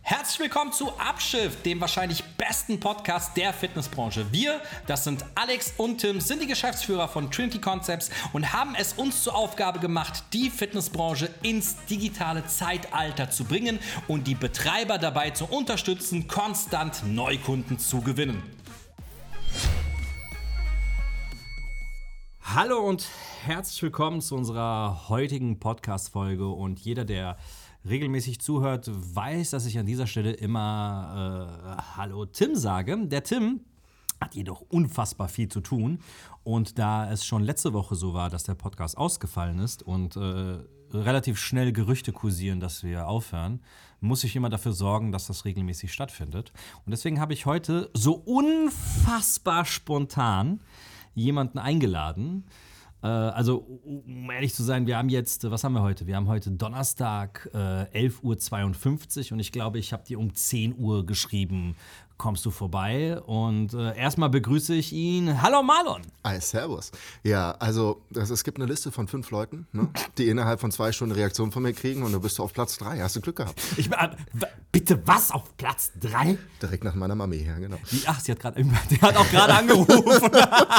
Herzlich willkommen zu Upshift, dem wahrscheinlich besten Podcast der Fitnessbranche. Wir, das sind Alex und Tim, sind die Geschäftsführer von Trinity Concepts und haben es uns zur Aufgabe gemacht, die Fitnessbranche ins digitale Zeitalter zu bringen und die Betreiber dabei zu unterstützen, konstant Neukunden zu gewinnen. Hallo und herzlich willkommen zu unserer heutigen Podcast-Folge und jeder, der regelmäßig zuhört, weiß, dass ich an dieser Stelle immer Hallo Tim sage. Der Tim hat jedoch unfassbar viel zu tun und da es schon letzte Woche so war, dass der Podcast ausgefallen ist und relativ schnell Gerüchte kursieren, dass wir aufhören, muss ich immer dafür sorgen, dass das regelmäßig stattfindet. Und deswegen habe ich heute so unfassbar spontan jemanden eingeladen. Also, um ehrlich zu sein, wir haben jetzt, was haben wir heute? Wir haben heute Donnerstag, 11:52 Uhr und ich glaube, ich habe dir um 10 Uhr geschrieben, kommst du vorbei? Und erstmal begrüße ich ihn. Hallo Marlon! Hi, servus. Ja, also es gibt eine Liste von 5 Leuten, ne, die innerhalb von 2 Stunden Reaktion von mir kriegen und du bist auf Platz 3. Hast du Glück gehabt. Bitte was? Auf Platz 3? Direkt nach meiner Mami, ja genau. Sie hat gerade, der hat auch gerade angerufen.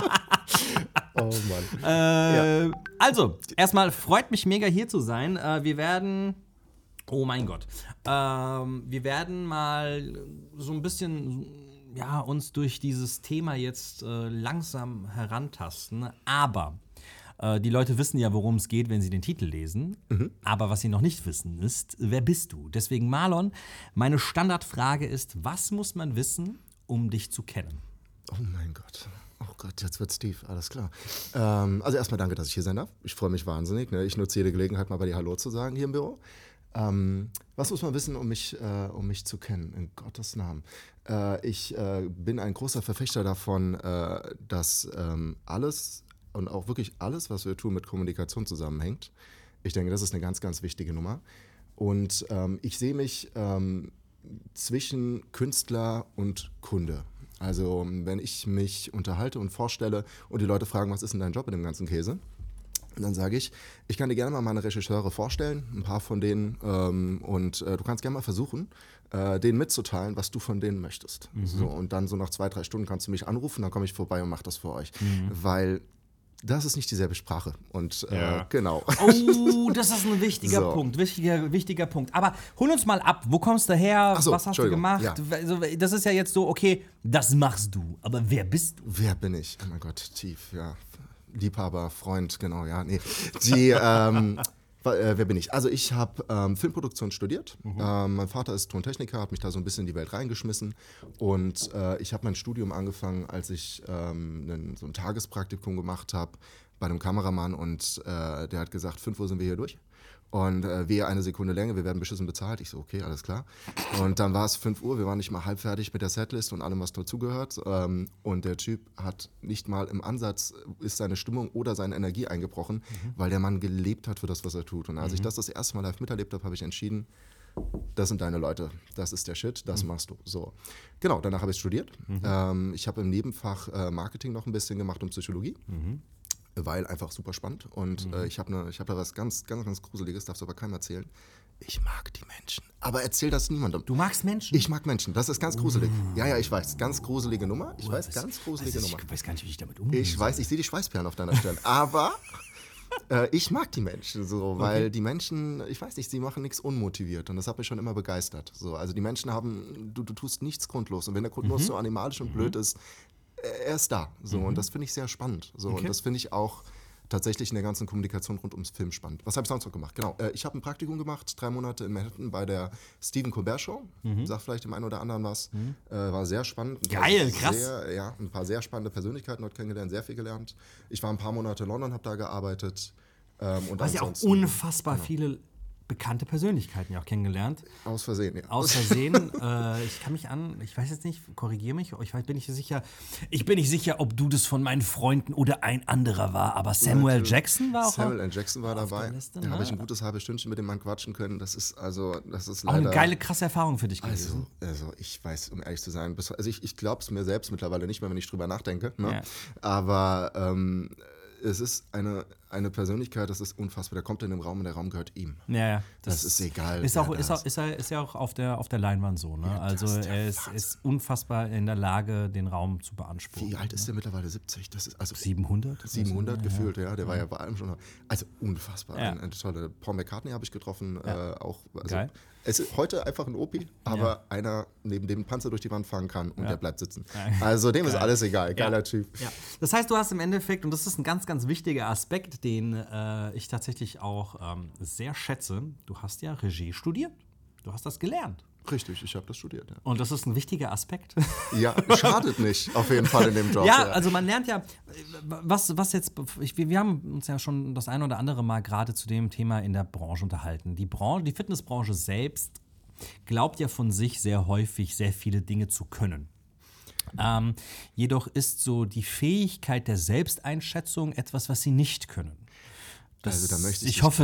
Oh Mann. Also, erstmal freut mich mega hier zu sein. Wir werden, oh mein Gott, wir werden mal so ein bisschen, ja, uns durch dieses Thema jetzt langsam herantasten. Aber die Leute wissen ja, worum es geht, wenn sie den Titel lesen. Aber was sie noch nicht wissen ist, wer bist du? Deswegen, Marlon, meine Standardfrage ist, was muss man wissen, um dich zu kennen? Oh mein Gott. Oh Gott, jetzt wird's tief, alles klar. Also erstmal danke, dass ich hier sein darf. Ich freue mich wahnsinnig. Ne? Ich nutze jede Gelegenheit, mal bei dir Hallo zu sagen hier im Büro. Was muss man wissen, um mich zu kennen? In Gottes Namen. Ich bin ein großer Verfechter davon, dass alles und auch wirklich alles, was wir tun, mit Kommunikation zusammenhängt. Ich denke, das ist eine ganz, ganz wichtige Nummer. Und ich sehe mich zwischen Künstler und Kunde. Also wenn ich mich unterhalte und vorstelle und die Leute fragen, was ist denn dein Job in dem ganzen Käse? Und dann sage ich kann dir gerne mal meine Regisseure vorstellen, ein paar von denen, und du kannst gerne mal versuchen, denen mitzuteilen, was du von denen möchtest. So, und dann so nach 2-3 Stunden kannst du mich anrufen, dann komme ich vorbei und mache das für euch. Weil das ist nicht dieselbe Sprache. Und genau. Oh, das ist ein wichtiger Punkt. Wichtiger Punkt. Aber hol uns mal ab. Wo kommst du her? Ach so, was hast du gemacht? Ja. Also, das ist ja jetzt so, okay, das machst du. Aber wer bist du? Wer bin ich? Oh mein Gott, tief, ja. Liebhaber, Freund, genau, ja. Nee. Wer bin ich? Also ich habe Filmproduktion studiert. Mein Vater ist Tontechniker, hat mich da so ein bisschen in die Welt reingeschmissen. Und ich habe mein Studium angefangen, als ich so ein Tagespraktikum gemacht habe bei einem Kameramann. Und der hat gesagt, 5 Uhr sind wir hier durch. Und wehe eine Sekunde länger, wir werden beschissen bezahlt. Ich so, okay, alles klar. Und dann war es 5 Uhr, wir waren nicht mal halb fertig mit der Setlist und allem, was dazugehört. Und der Typ hat nicht mal im Ansatz, ist seine Stimmung oder seine Energie eingebrochen, weil der Mann gelebt hat für das, was er tut. Und als ich das erste Mal live miterlebt habe, habe ich entschieden, das sind deine Leute, das ist der Shit, das machst du. So. Genau, danach habe ich studiert. Ich habe im Nebenfach Marketing noch ein bisschen gemacht und Psychologie. Weil einfach super spannend und ich hab da was ganz, ganz, ganz Gruseliges, darfst du aber keinem erzählen. Ich mag die Menschen, aber erzähl das niemandem. Du magst Menschen? Ich mag Menschen, das ist ganz gruselig. Ja, ich weiß, ganz gruselige Nummer. Ich weiß gar nicht, wie ich damit umgehe. Ich weiß, ich sehe die Schweißperlen auf deiner Stirn, aber ich mag die Menschen so, weil die Menschen, ich weiß nicht, sie machen nichts unmotiviert und das hat mich schon immer begeistert. So, also die Menschen haben, du tust nichts grundlos und wenn der Grund nur so animalisch und blöd ist, er ist da. So, und das finde ich sehr spannend. So, und das finde ich auch tatsächlich in der ganzen Kommunikation rund ums Film spannend. Was habe ich sonst noch gemacht? Genau, ich habe ein Praktikum gemacht, 3 Monate in Manhattan bei der Stephen Colbert Show. Sagt vielleicht dem einen oder anderen was. War sehr spannend. Geil, krass. Ein paar sehr spannende Persönlichkeiten dort kennengelernt, sehr viel gelernt. Ich war ein paar Monate in London, habe da gearbeitet. Du hast ja auch unfassbar viele bekannte Persönlichkeiten ja auch kennengelernt. Aus Versehen, ja. Aus Versehen. Ich weiß jetzt nicht, korrigiere mich, bin nicht sicher, ob du das von meinen Freunden oder ein anderer war, aber Samuel Jackson war auch Samuel L. Jackson war dabei. Liste, da habe ich ein gutes halbes Stündchen mit dem Mann quatschen können. Das ist leider auch eine geile, krasse Erfahrung für dich gewesen. Also ich weiß, um ehrlich zu sein, ich glaube es mir selbst mittlerweile nicht mehr, wenn ich drüber nachdenke. Ne? Ja. Aber es ist eine eine Persönlichkeit, das ist unfassbar. Der kommt in den Raum und der Raum gehört ihm. Ja. Das ist egal. Ist ja auch auf der Leinwand so. Ne? Ja, also er ist unfassbar in der Lage, den Raum zu beanspruchen. Wie alt ist der mittlerweile? 70? Das ist also 700? 700 gefühlt, ja. Der war ja bei allem schon. Also unfassbar. Ja. Eine tolle. Paul McCartney habe ich getroffen. Auch. Also, geil. Es ist heute einfach ein Opi, aber einer, neben dem ein Panzer durch die Wand fahren kann und der bleibt sitzen. Also dem ist alles egal. Geiler Typ. Ja. Das heißt, du hast im Endeffekt, und das ist ein ganz, ganz wichtiger Aspekt, den ich tatsächlich auch sehr schätze, du hast ja Regie studiert. Du hast das gelernt. Richtig, ich habe das studiert, ja. Und das ist ein wichtiger Aspekt. Ja, schadet nicht, auf jeden Fall in dem Job. Ja, also man lernt ja, was jetzt, wir haben uns ja schon das ein oder andere Mal gerade zu dem Thema in der Branche unterhalten. Die Fitnessbranche selbst glaubt ja von sich sehr häufig, sehr viele Dinge zu können. Jedoch ist so die Fähigkeit der Selbsteinschätzung etwas, was sie nicht können. Also da möchte ich hoffe,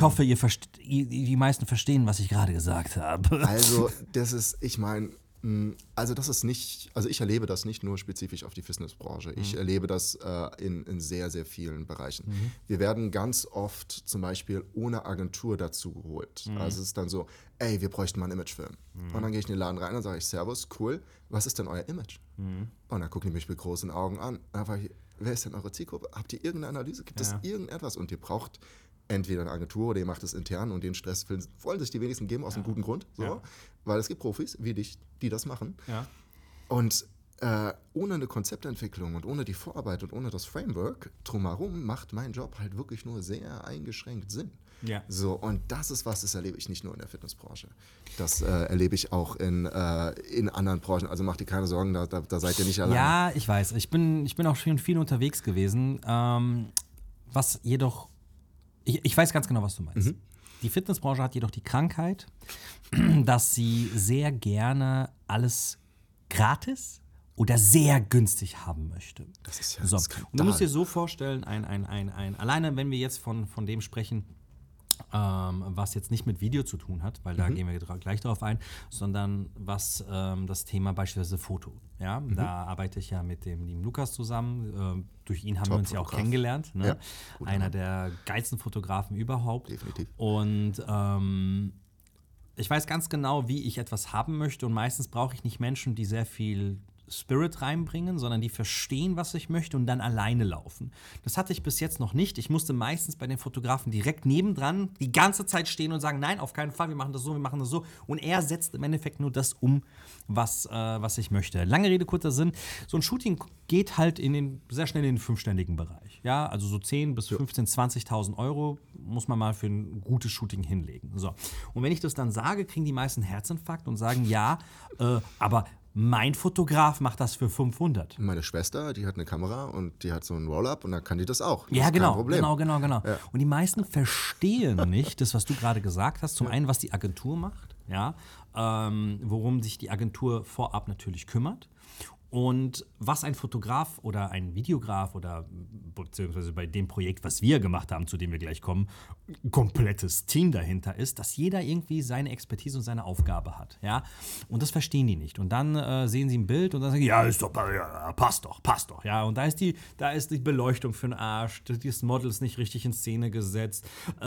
die meisten verstehen, was ich gerade gesagt habe. Also das ist, ich meine, das ist nicht, also ich erlebe das nicht nur spezifisch auf die Fitnessbranche. Ich erlebe das in sehr, sehr vielen Bereichen. Wir werden ganz oft zum Beispiel ohne Agentur dazu geholt. Also es ist dann so, ey, wir bräuchten mal einen Imagefilm. Und dann gehe ich in den Laden rein und sage ich, Servus, cool, was ist denn euer Image? Und dann gucken die mich mit großen Augen an. Dann frage ich, wer ist denn eure Zielgruppe? Habt ihr irgendeine Analyse? Gibt es irgendetwas? Und ihr braucht entweder eine Agentur oder ihr macht es intern und den Stress wollen sich die wenigsten geben, aus einem guten Grund. So. Weil es gibt Profis wie dich, die das machen. Ja. Und ohne eine Konzeptentwicklung und ohne die Vorarbeit und ohne das Framework drumherum macht mein Job halt wirklich nur sehr eingeschränkt Sinn. Ja. So, und das ist was, das erlebe ich nicht nur in der Fitnessbranche. Das erlebe ich auch in anderen Branchen. Also macht dir keine Sorgen, da seid ihr nicht allein. Ja, ich weiß. Ich bin auch schon viel unterwegs gewesen. Was jedoch, ich weiß ganz genau, was du meinst. Die Fitnessbranche hat jedoch die Krankheit, dass sie sehr gerne alles gratis oder sehr günstig haben möchte. Das ist ja so. Und du musst dir so vorstellen, alleine wenn wir jetzt von dem sprechen, was jetzt nicht mit Video zu tun hat, weil da gehen wir gleich drauf ein, sondern was das Thema beispielsweise Foto. Ja? Da arbeite ich ja mit dem lieben Lukas zusammen. Durch ihn haben wir uns ja auch kennengelernt. Ne? Ja, einer der geilsten Fotografen überhaupt. Definitiv. Und ich weiß ganz genau, wie ich etwas haben möchte. Und meistens brauche ich nicht Menschen, die sehr viel Spirit reinbringen, sondern die verstehen, was ich möchte und dann alleine laufen. Das hatte ich bis jetzt noch nicht. Ich musste meistens bei den Fotografen direkt nebendran die ganze Zeit stehen und sagen, nein, auf keinen Fall, wir machen das so, wir machen das so. Und er setzt im Endeffekt nur das um, was ich möchte. Lange Rede, kurzer Sinn. So ein Shooting geht halt sehr schnell in den fünfstelligen Bereich. Ja, also so 10.000 bis 15.000, 20.000 Euro muss man mal für ein gutes Shooting hinlegen. So. Und wenn ich das dann sage, kriegen die meisten Herzinfarkt und sagen, ja, aber mein Fotograf macht das für 500. Meine Schwester, die hat eine Kamera und die hat so einen Roll-Up und dann kann die das auch. Das ja, ist genau, kein Problem. Genau. Ja. Und die meisten verstehen nicht das, was du gerade gesagt hast. Zum einen, was die Agentur macht, ja, worum sich die Agentur vorab natürlich kümmert. Und was ein Fotograf oder ein Videograf oder beziehungsweise bei dem Projekt, was wir gemacht haben, zu dem wir gleich kommen, komplettes Team dahinter ist, dass jeder irgendwie seine Expertise und seine Aufgabe hat. Ja? Und das verstehen die nicht. Und dann sehen sie ein Bild und dann sagen sie, ja, ist doch, ja, passt doch. Ja? Und da ist die Beleuchtung für den Arsch, das Model ist nicht richtig in Szene gesetzt,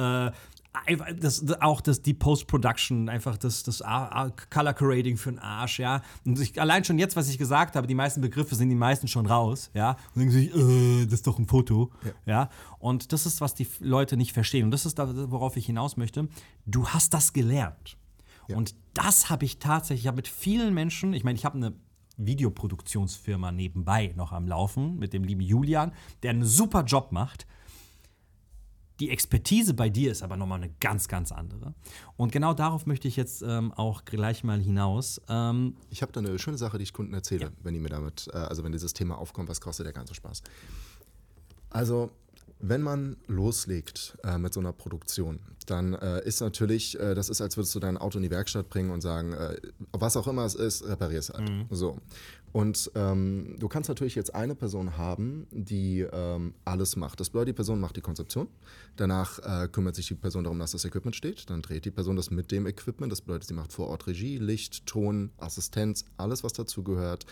die Post-Production, einfach das Color Grading für den Arsch, ja. Und allein schon jetzt, was ich gesagt habe, die meisten Begriffe sind die meisten schon raus, ja. Und denken sich, das ist doch ein Foto, ja. Und das ist, was die Leute nicht verstehen. Und das ist da, worauf ich hinaus möchte. Du hast das gelernt. Ja. Und das habe ich tatsächlich, ich habe mit vielen Menschen, ich meine, ich habe eine Videoproduktionsfirma nebenbei noch am Laufen mit dem lieben Julian, der einen super Job macht. Die Expertise bei dir ist aber nochmal eine ganz, ganz andere. Und genau darauf möchte ich jetzt auch gleich mal hinaus. Ich habe da eine schöne Sache, die ich Kunden erzähle, wenn die mir damit, wenn dieses Thema aufkommt, was kostet der ganze Spaß. Also, wenn man loslegt mit so einer Produktion, dann ist natürlich, das ist, als würdest du dein Auto in die Werkstatt bringen und sagen, was auch immer es ist, reparier es halt. So. Und du kannst natürlich jetzt eine Person haben, die alles macht. Das bedeutet, die Person macht die Konzeption. Danach kümmert sich die Person darum, dass das Equipment steht. Dann dreht die Person das mit dem Equipment. Das bedeutet, sie macht vor Ort Regie, Licht, Ton, Assistenz, alles, was dazu gehört.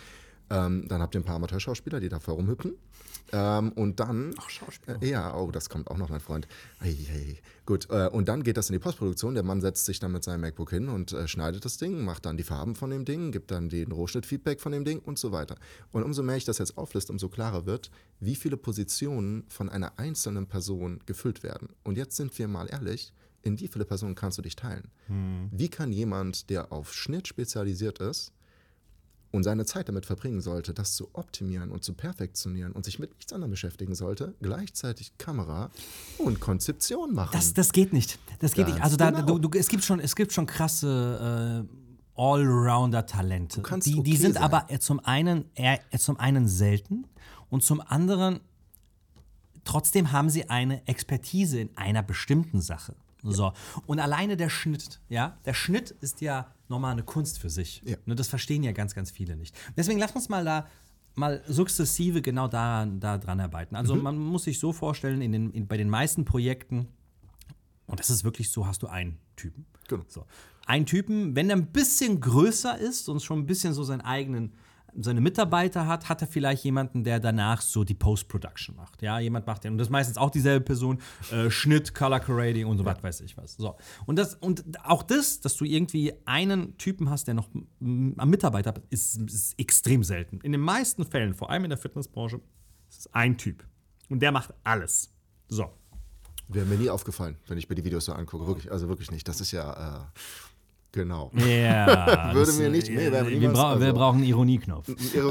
Dann habt ihr ein paar Amateurschauspieler, die da rumhüpfen. Und dann. Ach, Schauspieler. Das kommt auch noch, mein Freund. Hey. Gut, und dann geht das in die Postproduktion. Der Mann setzt sich dann mit seinem MacBook hin und schneidet das Ding, macht dann die Farben von dem Ding, gibt dann den Rohschnittfeedback von dem Ding und so weiter. Und umso mehr ich das jetzt aufliste, umso klarer wird, wie viele Positionen von einer einzelnen Person gefüllt werden. Und jetzt sind wir mal ehrlich, in wie viele Personen kannst du dich teilen? Wie kann jemand, der auf Schnitt spezialisiert ist und seine Zeit damit verbringen sollte, das zu optimieren und zu perfektionieren und sich mit nichts anderem beschäftigen sollte, gleichzeitig Kamera und Konzeption machen? Das geht nicht. Das geht Ganz nicht. Also genau. es gibt schon krasse Allrounder-Talente. Die okay sind sein. aber zum einen selten und zum anderen trotzdem haben sie eine Expertise in einer bestimmten Sache. So. Und alleine der Schnitt, der Schnitt ist ja nochmal eine Kunst für sich. Ja. Ne, das verstehen ja ganz, ganz viele nicht. Deswegen lass uns mal sukzessive genau da dran arbeiten. Also man muss sich so vorstellen, bei den meisten Projekten, und das ist wirklich so, hast du einen Typen. Genau. So. Einen Typen, wenn er ein bisschen größer ist und schon ein bisschen so seine Mitarbeiter hat er vielleicht jemanden, der danach so die Post-Production macht. Ja, jemand macht den. Und das ist meistens auch dieselbe Person. Schnitt, Color Grading und so was weiß ich was. So. Und auch das, dass du irgendwie einen Typen hast, der noch am Mitarbeiter ist extrem selten. In den meisten Fällen, vor allem in der Fitnessbranche, ist es ein Typ. Und der macht alles. So. Wäre mir nie aufgefallen, wenn ich mir die Videos so angucke. Wirklich, also wirklich nicht. Das ist ja, genau. Ja. Würde mir nicht mehr. Wir brauchen einen Ironieknopf.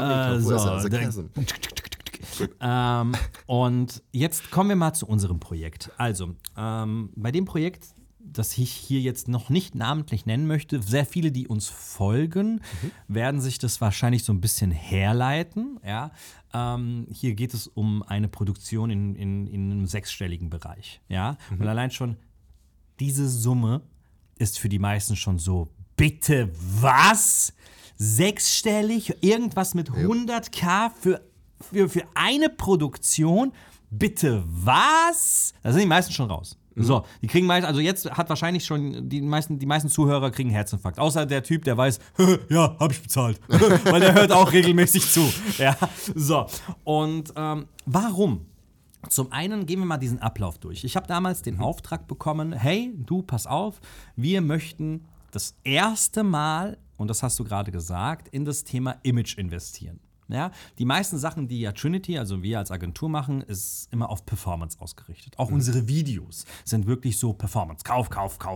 Und jetzt kommen wir mal zu unserem Projekt. Also, bei dem Projekt, das ich hier jetzt noch nicht namentlich nennen möchte, sehr viele, die uns folgen, werden sich das wahrscheinlich so ein bisschen herleiten. Ja? Hier geht es um eine Produktion in einem sechsstelligen Bereich. Ja? Und allein schon diese Summe ist für die meisten schon so, bitte was? Sechsstellig? Irgendwas mit 100.000 für eine Produktion? Bitte was? Da sind die meisten schon raus. So, die kriegen meist, also jetzt hat wahrscheinlich schon die meisten Zuhörer kriegen einen Herzinfarkt. Außer der Typ, der weiß, ja, hab ich bezahlt. Weil der hört auch regelmäßig zu. Ja, so. Und warum? Zum einen gehen wir mal diesen Ablauf durch. Ich habe damals den Auftrag bekommen, hey, du, pass auf, wir möchten das erste Mal, und das hast du gerade gesagt, in das Thema Image investieren. Ja, die meisten Sachen, die ja Trinity, also wir als Agentur machen, ist immer auf Performance ausgerichtet. Auch unsere Videos sind wirklich so Performance. Kauf.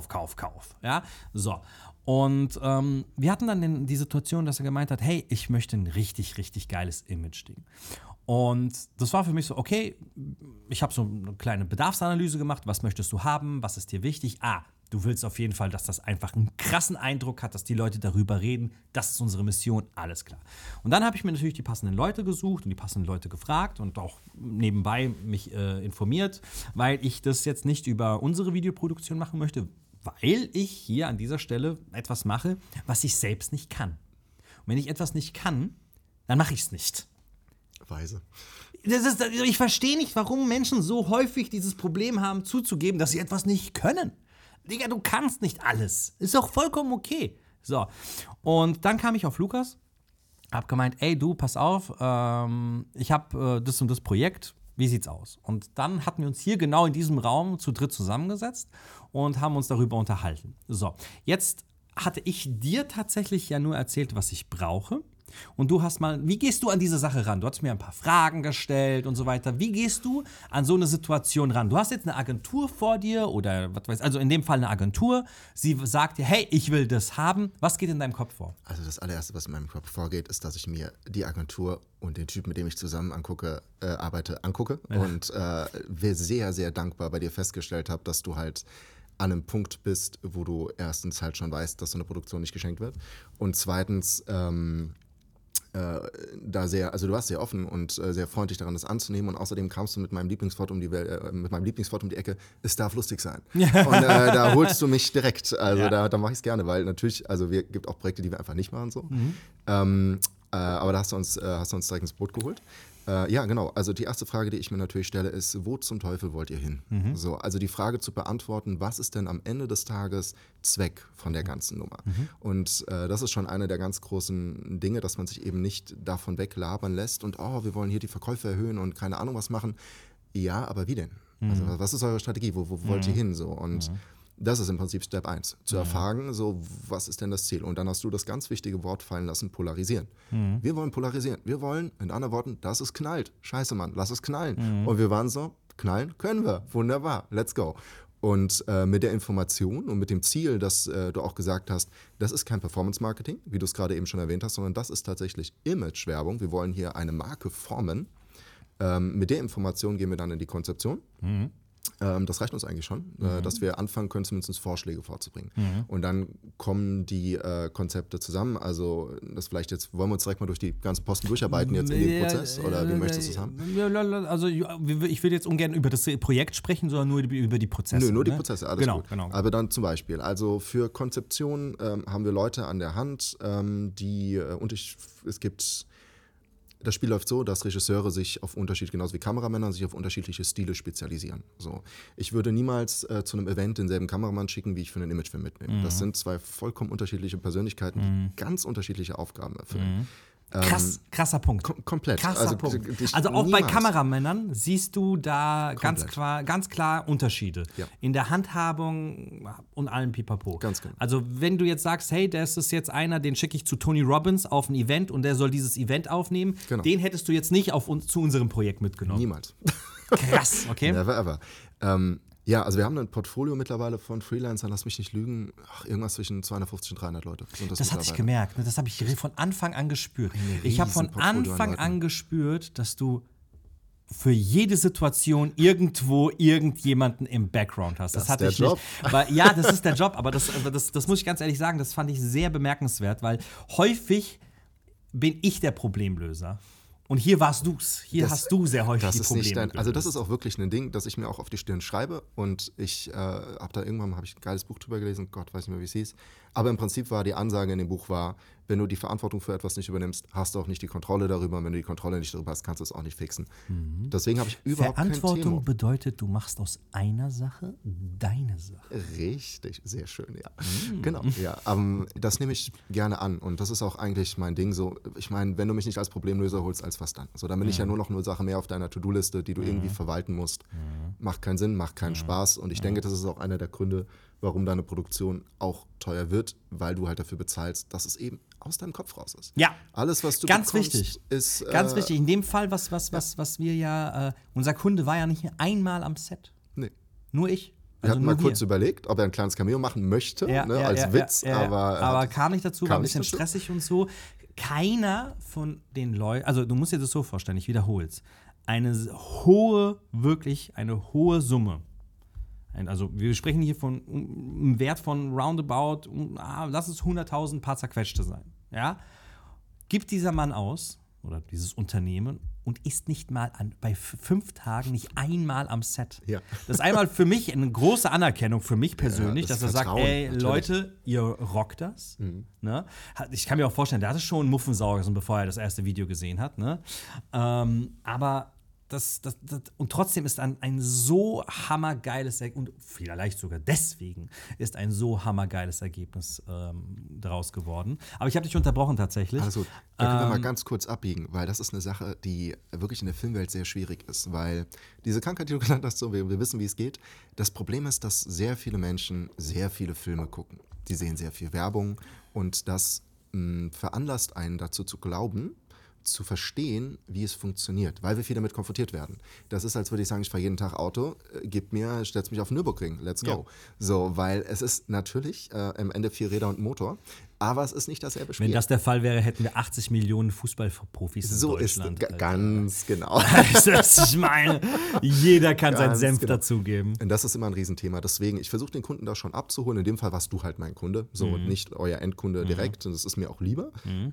Ja, so. Und wir hatten dann die Situation, dass er gemeint hat, hey, ich möchte ein richtig, richtig geiles Image-Ding. Und das war für mich so, okay, ich habe so eine kleine Bedarfsanalyse gemacht. Was möchtest du haben? Was ist dir wichtig? Du willst auf jeden Fall, dass das einfach einen krassen Eindruck hat, dass die Leute darüber reden. Das ist unsere Mission, alles klar. Und dann habe ich mir natürlich die passenden Leute gesucht und die passenden Leute gefragt und auch nebenbei mich informiert, weil ich das jetzt nicht über unsere Videoproduktion machen möchte, weil ich hier an dieser Stelle etwas mache, was ich selbst nicht kann. Und wenn ich etwas nicht kann, dann mache ich es nicht. Weise. Ich verstehe nicht, warum Menschen so häufig dieses Problem haben, zuzugeben, dass sie etwas nicht können. Digga, du kannst nicht alles. Ist doch vollkommen okay. So. Und dann kam ich auf Lukas, hab gemeint, ey, du, pass auf, ich habe das und das Projekt, wie sieht's aus? Und dann hatten wir uns hier genau in diesem Raum zu dritt zusammengesetzt und haben uns darüber unterhalten. So, jetzt hatte ich dir tatsächlich ja nur erzählt, was ich brauche. Und du hast mal, wie gehst du an diese Sache ran? Du hast mir ein paar Fragen gestellt und so weiter. Wie gehst du an so eine Situation ran? Du hast jetzt eine Agentur vor dir oder was weiß ich, also in dem Fall eine Agentur. Sie sagt dir, hey, ich will das haben. Was geht in deinem Kopf vor? Also das allererste, was in meinem Kopf vorgeht, ist, dass ich mir die Agentur und den Typ, mit dem ich zusammen angucke. Ja. Und sehr, sehr dankbar bei dir festgestellt habe, dass du halt an einem Punkt bist, wo du erstens halt schon weißt, dass so eine Produktion nicht geschenkt wird und zweitens du warst sehr offen und sehr freundlich daran, das anzunehmen und außerdem kamst du mit meinem Lieblingswort um die Ecke, es darf lustig sein. Und da holst du mich direkt, also ja. Da mache ich es gerne, weil natürlich, also es gibt auch Projekte, die wir einfach nicht machen so, aber da hast du uns direkt ins Boot geholt. Ja, genau. Also die erste Frage, die ich mir natürlich stelle, ist, wo zum Teufel wollt ihr hin? So, also die Frage zu beantworten, was ist denn am Ende des Tages Zweck von der ganzen Nummer? Und das ist schon eine der ganz großen Dinge, dass man sich eben nicht davon weglabern lässt und, wir wollen hier die Verkäufe erhöhen und keine Ahnung was machen. Ja, aber wie denn? Also was ist eure Strategie? Wo wollt ihr hin? So? Und das ist im Prinzip Step 1, zu erfahren, so, was ist denn das Ziel? Und dann hast du das ganz wichtige Wort fallen lassen, polarisieren. Wir wollen polarisieren. Wir wollen, in anderen Worten, dass es knallt. Scheiße, Mann, lass es knallen. Und wir waren so, knallen können wir. Wunderbar, let's go. Und mit der Information und mit dem Ziel, dass du auch gesagt hast, das ist kein Performance-Marketing, wie du es gerade eben schon erwähnt hast, sondern das ist tatsächlich Image-Werbung. Wir wollen hier eine Marke formen. Mit der Information gehen wir dann in die Konzeption. Das reicht uns eigentlich schon, dass wir anfangen können, zumindest Vorschläge vorzubringen. Und dann kommen die Konzepte zusammen. Also das vielleicht jetzt, wollen wir uns direkt mal durch die ganzen Posten durcharbeiten jetzt in dem Prozess? Oder wie möchtest du es haben? Also ich will jetzt ungern über das Projekt sprechen, sondern nur über die Prozesse. Nö, nur die Prozesse, alles gut. Genau. Aber dann zum Beispiel, also für Konzeption haben wir Leute an der Hand, es gibt... Das Spiel läuft so, dass Regisseure sich auf genauso wie Kameramänner, sich auf unterschiedliche Stile spezialisieren. So. Ich würde niemals zu einem Event denselben Kameramann schicken, wie ich für einen Imagefilm mitnehme. Das sind zwei vollkommen unterschiedliche Persönlichkeiten, die ganz unterschiedliche Aufgaben erfüllen. Krasser Punkt. Komplett. Krasser Punkt. Also auch bei Kameramännern siehst du da ganz klar Unterschiede. Ja. In der Handhabung und allem Pipapo. Ganz genau. Also wenn du jetzt sagst, hey, das ist jetzt einer, den schicke ich zu Tony Robbins auf ein Event und der soll dieses Event aufnehmen, den hättest du jetzt nicht zu unserem Projekt mitgenommen. Niemals. Krass, okay. Never ever. Ja, also wir haben ein Portfolio mittlerweile von Freelancern, lass mich nicht lügen, irgendwas zwischen 250 und 300 Leute. Das hat sich gemerkt, das habe ich von Anfang an gespürt. Ich habe von Anfang an gespürt, dass du für jede Situation irgendwo irgendjemanden im Background hast. Das ist der Job. Ja, das ist der Job, aber das muss ich ganz ehrlich sagen, das fand ich sehr bemerkenswert, weil häufig bin ich der Problemlöser. Und hier warst du's. Hast du sehr häufig die Probleme. Also das ist auch wirklich ein Ding, das ich mir auch auf die Stirn schreibe. Und ich habe ein geiles Buch drüber gelesen. Gott, weiß nicht mehr, wie es hieß. Aber im Prinzip war die Ansage in dem Buch wenn du die Verantwortung für etwas nicht übernimmst, hast du auch nicht die Kontrolle darüber. Und wenn du die Kontrolle nicht darüber hast, kannst du es auch nicht fixen. Deswegen habe ich überhaupt kein Thema. Verantwortung bedeutet, du machst aus einer Sache deine Sache. Richtig, sehr schön, ja. Genau, ja. Das nehme ich gerne an. Und das ist auch eigentlich mein Ding. So, ich meine, wenn du mich nicht als Problemlöser holst, als was dann? So, dann bin ich ja nur noch eine Sache mehr auf deiner To-Do-Liste, die du irgendwie verwalten musst. Macht keinen Sinn, macht keinen Spaß. Und ich denke, das ist auch einer der Gründe, warum deine Produktion auch teuer wird, weil du halt dafür bezahlst, dass es eben aus deinem Kopf raus ist. Ja. Alles, was du ganz bekommst, wichtig. ist... Ganz wichtig. In dem Fall, was wir ja... unser Kunde war ja nicht einmal am Set. Nee. Nur ich. Wir hatten mal kurz überlegt, ob er ein kleines Cameo machen möchte, als Witz, aber kam nicht dazu, war ein bisschen stressig und so. Keiner von den Leuten, also du musst dir das so vorstellen, ich wiederhole es, eine hohe Summe. Also wir sprechen hier von einem Wert von roundabout, lass es 100.000 paar zerquetschte sein. Ja? Gibt dieser Mann aus, oder dieses Unternehmen, und ist nicht mal bei 5 Tagen nicht einmal am Set. Ja. Das ist einmal für mich eine große Anerkennung, für mich persönlich, dass er sagt, ey, natürlich. Leute, ihr rockt das. Ne? Ich kann mir auch vorstellen, der hatte schon einen Muffensauger, bevor er das erste Video gesehen hat. Ne? Aber und trotzdem ist ein so hammergeiles und vielleicht sogar deswegen ist ein so hammergeiles Ergebnis daraus geworden. Aber ich habe dich unterbrochen tatsächlich. Also, da können wir mal ganz kurz abbiegen, weil das ist eine Sache, die wirklich in der Filmwelt sehr schwierig ist, weil diese Krankheit, die du genannt hast, so, wir wissen, wie es geht. Das Problem ist, dass sehr viele Menschen sehr viele Filme gucken. Die sehen sehr viel Werbung und das veranlasst einen dazu zu glauben, zu verstehen, wie es funktioniert, weil wir viel damit konfrontiert werden. Das ist, als würde ich sagen, ich fahre jeden Tag Auto, stell's mich auf den Nürburgring, let's go. Ja. So, weil es ist natürlich am Ende 4 Räder und ein Motor, aber es ist nicht dasselbe Spiel. Wenn das der Fall wäre, hätten wir 80 Millionen Fußballprofis in Deutschland. So ist ganz genau. Ich meine, jeder kann seinen Senf dazugeben. Und das ist immer ein Riesenthema. Deswegen, ich versuche den Kunden da schon abzuholen. In dem Fall warst du halt mein Kunde, und nicht euer Endkunde direkt. Und das ist mir auch lieber.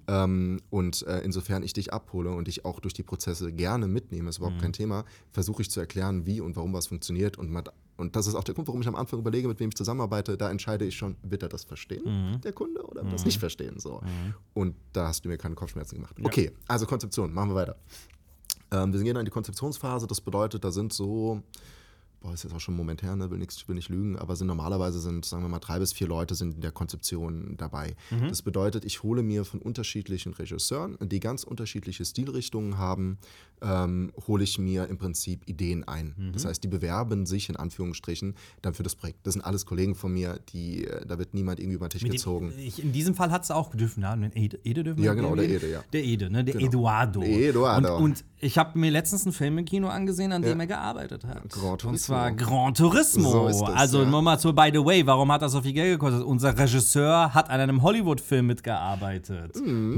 Insofern ich dich abhole und dich auch durch die Prozesse gerne mitnehme, ist überhaupt kein Thema, versuche ich zu erklären, wie und warum was funktioniert. Und das ist auch der Grund, warum ich am Anfang überlege, mit wem ich zusammenarbeite. Da entscheide ich schon, wird er das verstehen, der Kunde, oder wird er das nicht verstehen? So. Und da hast du mir keine Kopfschmerzen gemacht. Okay, also Konzeption, machen wir weiter. Wir gehen dann in die Konzeptionsphase, das bedeutet, da sind so, ist jetzt auch schon ein Moment her, ne? will nicht lügen, aber normalerweise sind, sagen wir mal, 3 bis 4 Leute sind in der Konzeption dabei. Das bedeutet, ich hole mir von unterschiedlichen Regisseuren, die ganz unterschiedliche Stilrichtungen haben, hole ich mir im Prinzip Ideen ein. Das heißt, die bewerben sich in Anführungsstrichen dann für das Projekt. Das sind alles Kollegen von mir, da wird niemand irgendwie über den Tisch gezogen. In diesem Fall hat es auch dürfen, ne? Ede dürfen wir. Ja, genau, der Ede, ja. Der Ede, ne? Der Genau. Eduardo. Eduardo. Und ich habe mir letztens einen Film im Kino angesehen, an dem er gearbeitet hat. Grand Turismo. Und zwar Gran Turismo. So ist das, also ja. nur mal so, by the way, warum hat das so viel Geld gekostet? Unser Regisseur hat an einem Hollywood-Film mitgearbeitet.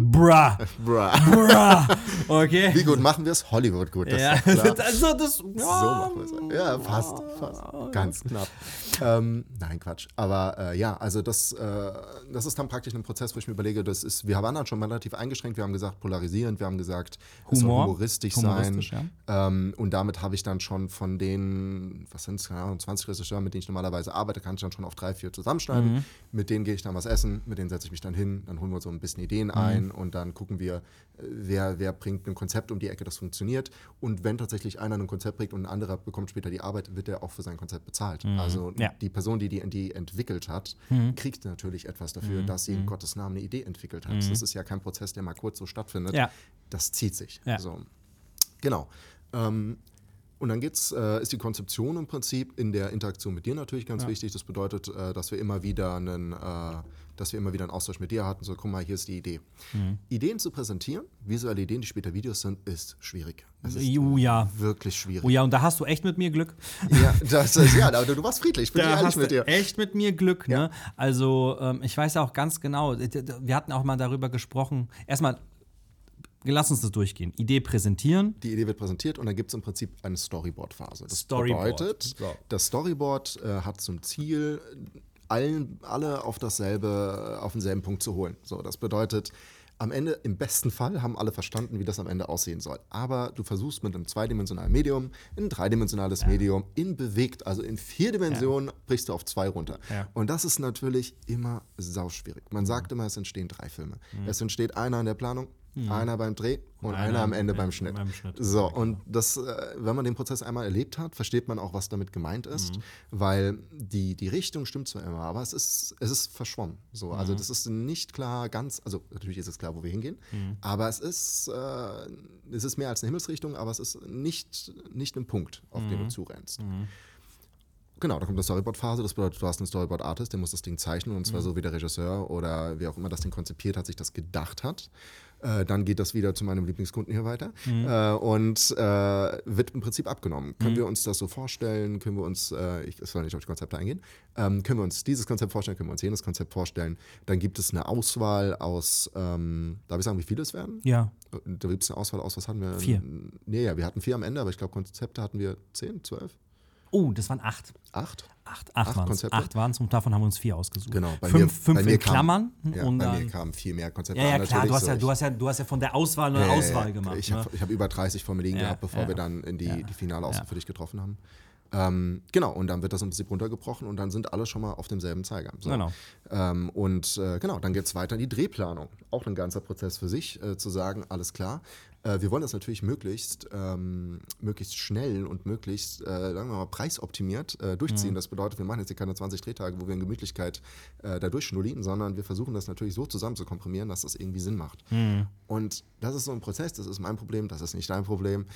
Bruh. Okay. Wie gut machen wir es? Hollywood gut, das Ja. ist klar. Also das, So machen wir es. Ja, fast. Ganz knapp. Nein, Quatsch. Aber ja, also das ist dann praktisch ein Prozess, wo ich mir überlege, wir waren dann schon relativ eingeschränkt. Wir haben gesagt, polarisierend. Wir haben gesagt, es soll humoristisch sein. Ja. Und damit habe ich dann schon von den, was sind es, 20 Regisseuren, mit denen ich normalerweise arbeite, kann ich dann schon auf 3, 4 zusammenschneiden. Mit denen gehe ich dann was essen, mit denen setze ich mich dann hin, dann holen wir so ein bisschen Ideen ein und dann gucken wir, wer bringt ein Konzept um die Ecke, das funktioniert. Und wenn tatsächlich einer ein Konzept bringt und ein anderer bekommt später die Arbeit, wird er auch für sein Konzept bezahlt. Also die Person, die entwickelt hat, kriegt natürlich etwas dafür, dass sie in Gottes Namen eine Idee entwickelt hat. Das ist ja kein Prozess, der mal kurz so stattfindet. Ja. Das zieht sich. Ja. So. Genau. Und dann ist die Konzeption im Prinzip in der Interaktion mit dir natürlich ganz wichtig. Das bedeutet, dass wir immer wieder einen Austausch mit dir hatten. So, guck mal, hier ist die Idee. Ideen zu präsentieren, visuelle Ideen, die später Videos sind, ist schwierig. Es ist wirklich schwierig. Oh ja, und da hast du echt mit mir Glück. Ja, aber du warst friedlich, bin ich ehrlich mit dir. Echt mit mir Glück, ne? Also, ich weiß auch ganz genau, wir hatten auch mal darüber gesprochen. Erstmal, lass uns das durchgehen. Idee präsentieren. Die Idee wird präsentiert und dann gibt es im Prinzip eine Storyboard-Phase. Das bedeutet, das Storyboard hat zum Ziel, alle auf denselben Punkt zu holen. So, das bedeutet, am Ende, im besten Fall, haben alle verstanden, wie das am Ende aussehen soll. Aber du versuchst mit einem zweidimensionalen Medium, ein dreidimensionales Medium, also in 4 Dimensionen, brichst du auf 2 runter. Ja. Und das ist natürlich immer sauschwierig. Man sagt immer, es entstehen 3 Filme. Es entsteht einer in der Planung, einer beim Dreh und einer am Ende beim Schnitt. So, und das, wenn man den Prozess einmal erlebt hat, versteht man auch, was damit gemeint ist, weil die Richtung stimmt zwar immer, aber es ist verschwommen. So, also das ist nicht klar also natürlich ist es klar, wo wir hingehen, aber es ist mehr als eine Himmelsrichtung, aber es ist nicht ein Punkt, auf den du zurennst. Genau, da kommt die Storyboard-Phase. Das bedeutet, du hast einen Storyboard-Artist, der muss das Ding zeichnen, und zwar so wie der Regisseur oder wer auch immer das Ding konzipiert hat, sich das gedacht hat. Dann geht das wieder zu meinem Lieblingskunden hier weiter und wird im Prinzip abgenommen. Können wir uns das so vorstellen? Können wir uns, ich soll nicht auf die Konzepte eingehen, können wir uns dieses Konzept vorstellen? Können wir uns jenes Konzept vorstellen? Dann gibt es eine Auswahl aus, darf ich sagen, wie viele es werden? Ja. Da gibt es eine Auswahl aus, was hatten wir? 4. Nee, ja, wir hatten 4 am Ende, aber ich glaube, Konzepte hatten wir 10, 12. Oh, das waren 8. 8? 8 waren es und davon haben wir uns 4 ausgesucht. Genau, bei 5 mir in Klammern. Bei mir kamen viel mehr Konzepte. Ja, klar, du hast ja von der Auswahl eine Auswahl gemacht. Ich habe über 30 vor mir liegen gehabt, bevor wir dann in die finale Auswahl für dich getroffen haben. Genau, und dann wird das im Prinzip runtergebrochen und dann sind alle schon mal auf demselben Zeiger. So. Genau. Dann geht es weiter in die Drehplanung. Auch ein ganzer Prozess für sich, zu sagen, alles klar. Wir wollen das natürlich möglichst schnell und möglichst, sagen wir mal, preisoptimiert durchziehen. Das bedeutet, wir machen jetzt hier keine 20 Drehtage, wo wir in Gemütlichkeit da durchschnullieren, sondern wir versuchen das natürlich so zusammen zu komprimieren, dass das irgendwie Sinn macht. Und das ist so ein Prozess, das ist mein Problem, das ist nicht dein Problem.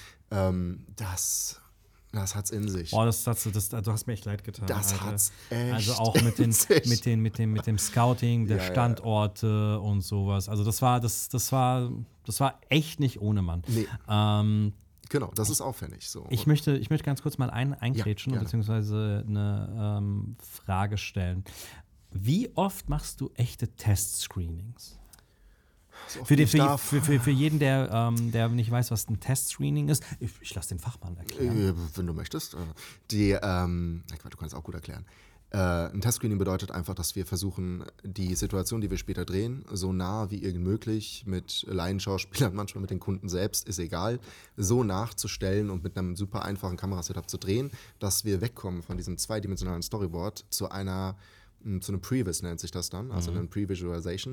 Das hat's in sich. Boah, du hast mir echt leid getan. Das hat's echt. Also auch mit dem Scouting der Standorte und sowas. Also das war echt nicht ohne, Mann. Nee. Genau, das ist aufwendig. So. Ich möchte ganz kurz mal eingrätschen beziehungsweise eine Frage stellen. Wie oft machst du echte Testscreenings? Für jeden, der nicht weiß, was ein Testscreening ist, ich lasse den Fachmann erklären. Wenn du möchtest. Du kannst es auch gut erklären. Ein Testscreening bedeutet einfach, dass wir versuchen, die Situation, die wir später drehen, so nah wie irgend möglich mit Laienschauspielern, manchmal mit den Kunden selbst, ist egal, so nachzustellen und mit einem super einfachen Kamerasetup zu drehen, dass wir wegkommen von diesem zweidimensionalen Storyboard zu einem Previs nennt sich das dann, also eine Pre-Visualization,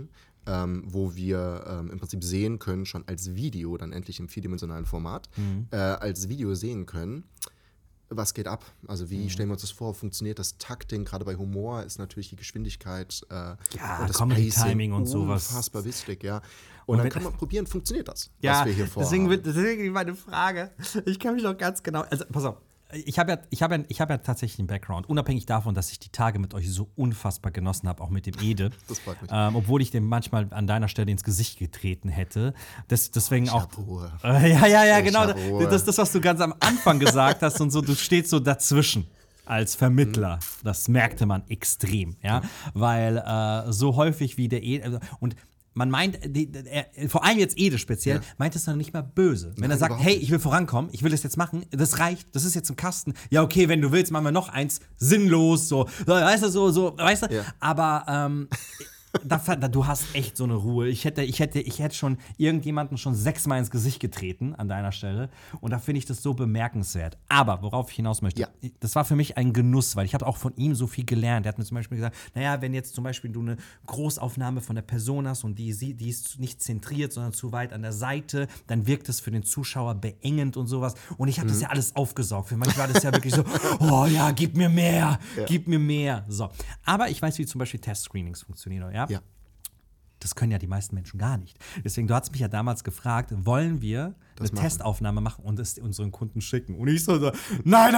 wo wir im Prinzip sehen können, schon als Video, dann endlich im vierdimensionalen Format, als Video sehen können, was geht ab? Also wie stellen wir uns das vor? Funktioniert das Takting? Gerade bei Humor ist natürlich die Geschwindigkeit und das Comedy-Timing und sowas. Unfassbar wichtig, ja. Und dann kann man probieren, funktioniert das, ja, was wir hier vorhaben. Deswegen meine Frage. Ich kann mich noch ganz genau, also pass auf. Ich habe ja tatsächlich einen Background, unabhängig davon, dass ich die Tage mit euch so unfassbar genossen habe, auch mit dem Ede. Das freut mich. Obwohl ich dem manchmal an deiner Stelle ins Gesicht getreten hätte. Deswegen auch. Ja, genau. Das, was du ganz am Anfang gesagt hast und so, du stehst so dazwischen als Vermittler. Das merkte man extrem, ja. Weil so häufig wie der Ede. Und man meint, vor allem jetzt Ede speziell, meint es dann nicht mal böse. Wenn er sagt, hey, ich will vorankommen, ich will das jetzt machen, das reicht, das ist jetzt im Kasten. Ja, okay, wenn du willst, machen wir noch eins, sinnlos, so, weißt du, so, weißt du? Ja. Aber du hast echt so eine Ruhe. Ich hätte schon irgendjemanden schon 6-mal ins Gesicht getreten an deiner Stelle. Und da finde ich das so bemerkenswert. Aber worauf ich hinaus möchte, das war für mich ein Genuss, weil ich habe auch von ihm so viel gelernt. Er hat mir zum Beispiel gesagt, naja, wenn jetzt zum Beispiel du eine Großaufnahme von der Person hast und die ist nicht zentriert, sondern zu weit an der Seite, dann wirkt es für den Zuschauer beengend und sowas. Und ich habe das ja alles aufgesaugt. Für manchmal war das ja wirklich so, oh ja, gib mir mehr. So. Aber ich weiß, wie zum Beispiel Testscreenings funktionieren, ja? Ja. Das können ja die meisten Menschen gar nicht. Deswegen, du hast mich ja damals gefragt, wollen wir eine Testaufnahme machen und es unseren Kunden schicken? Und ich so, nein,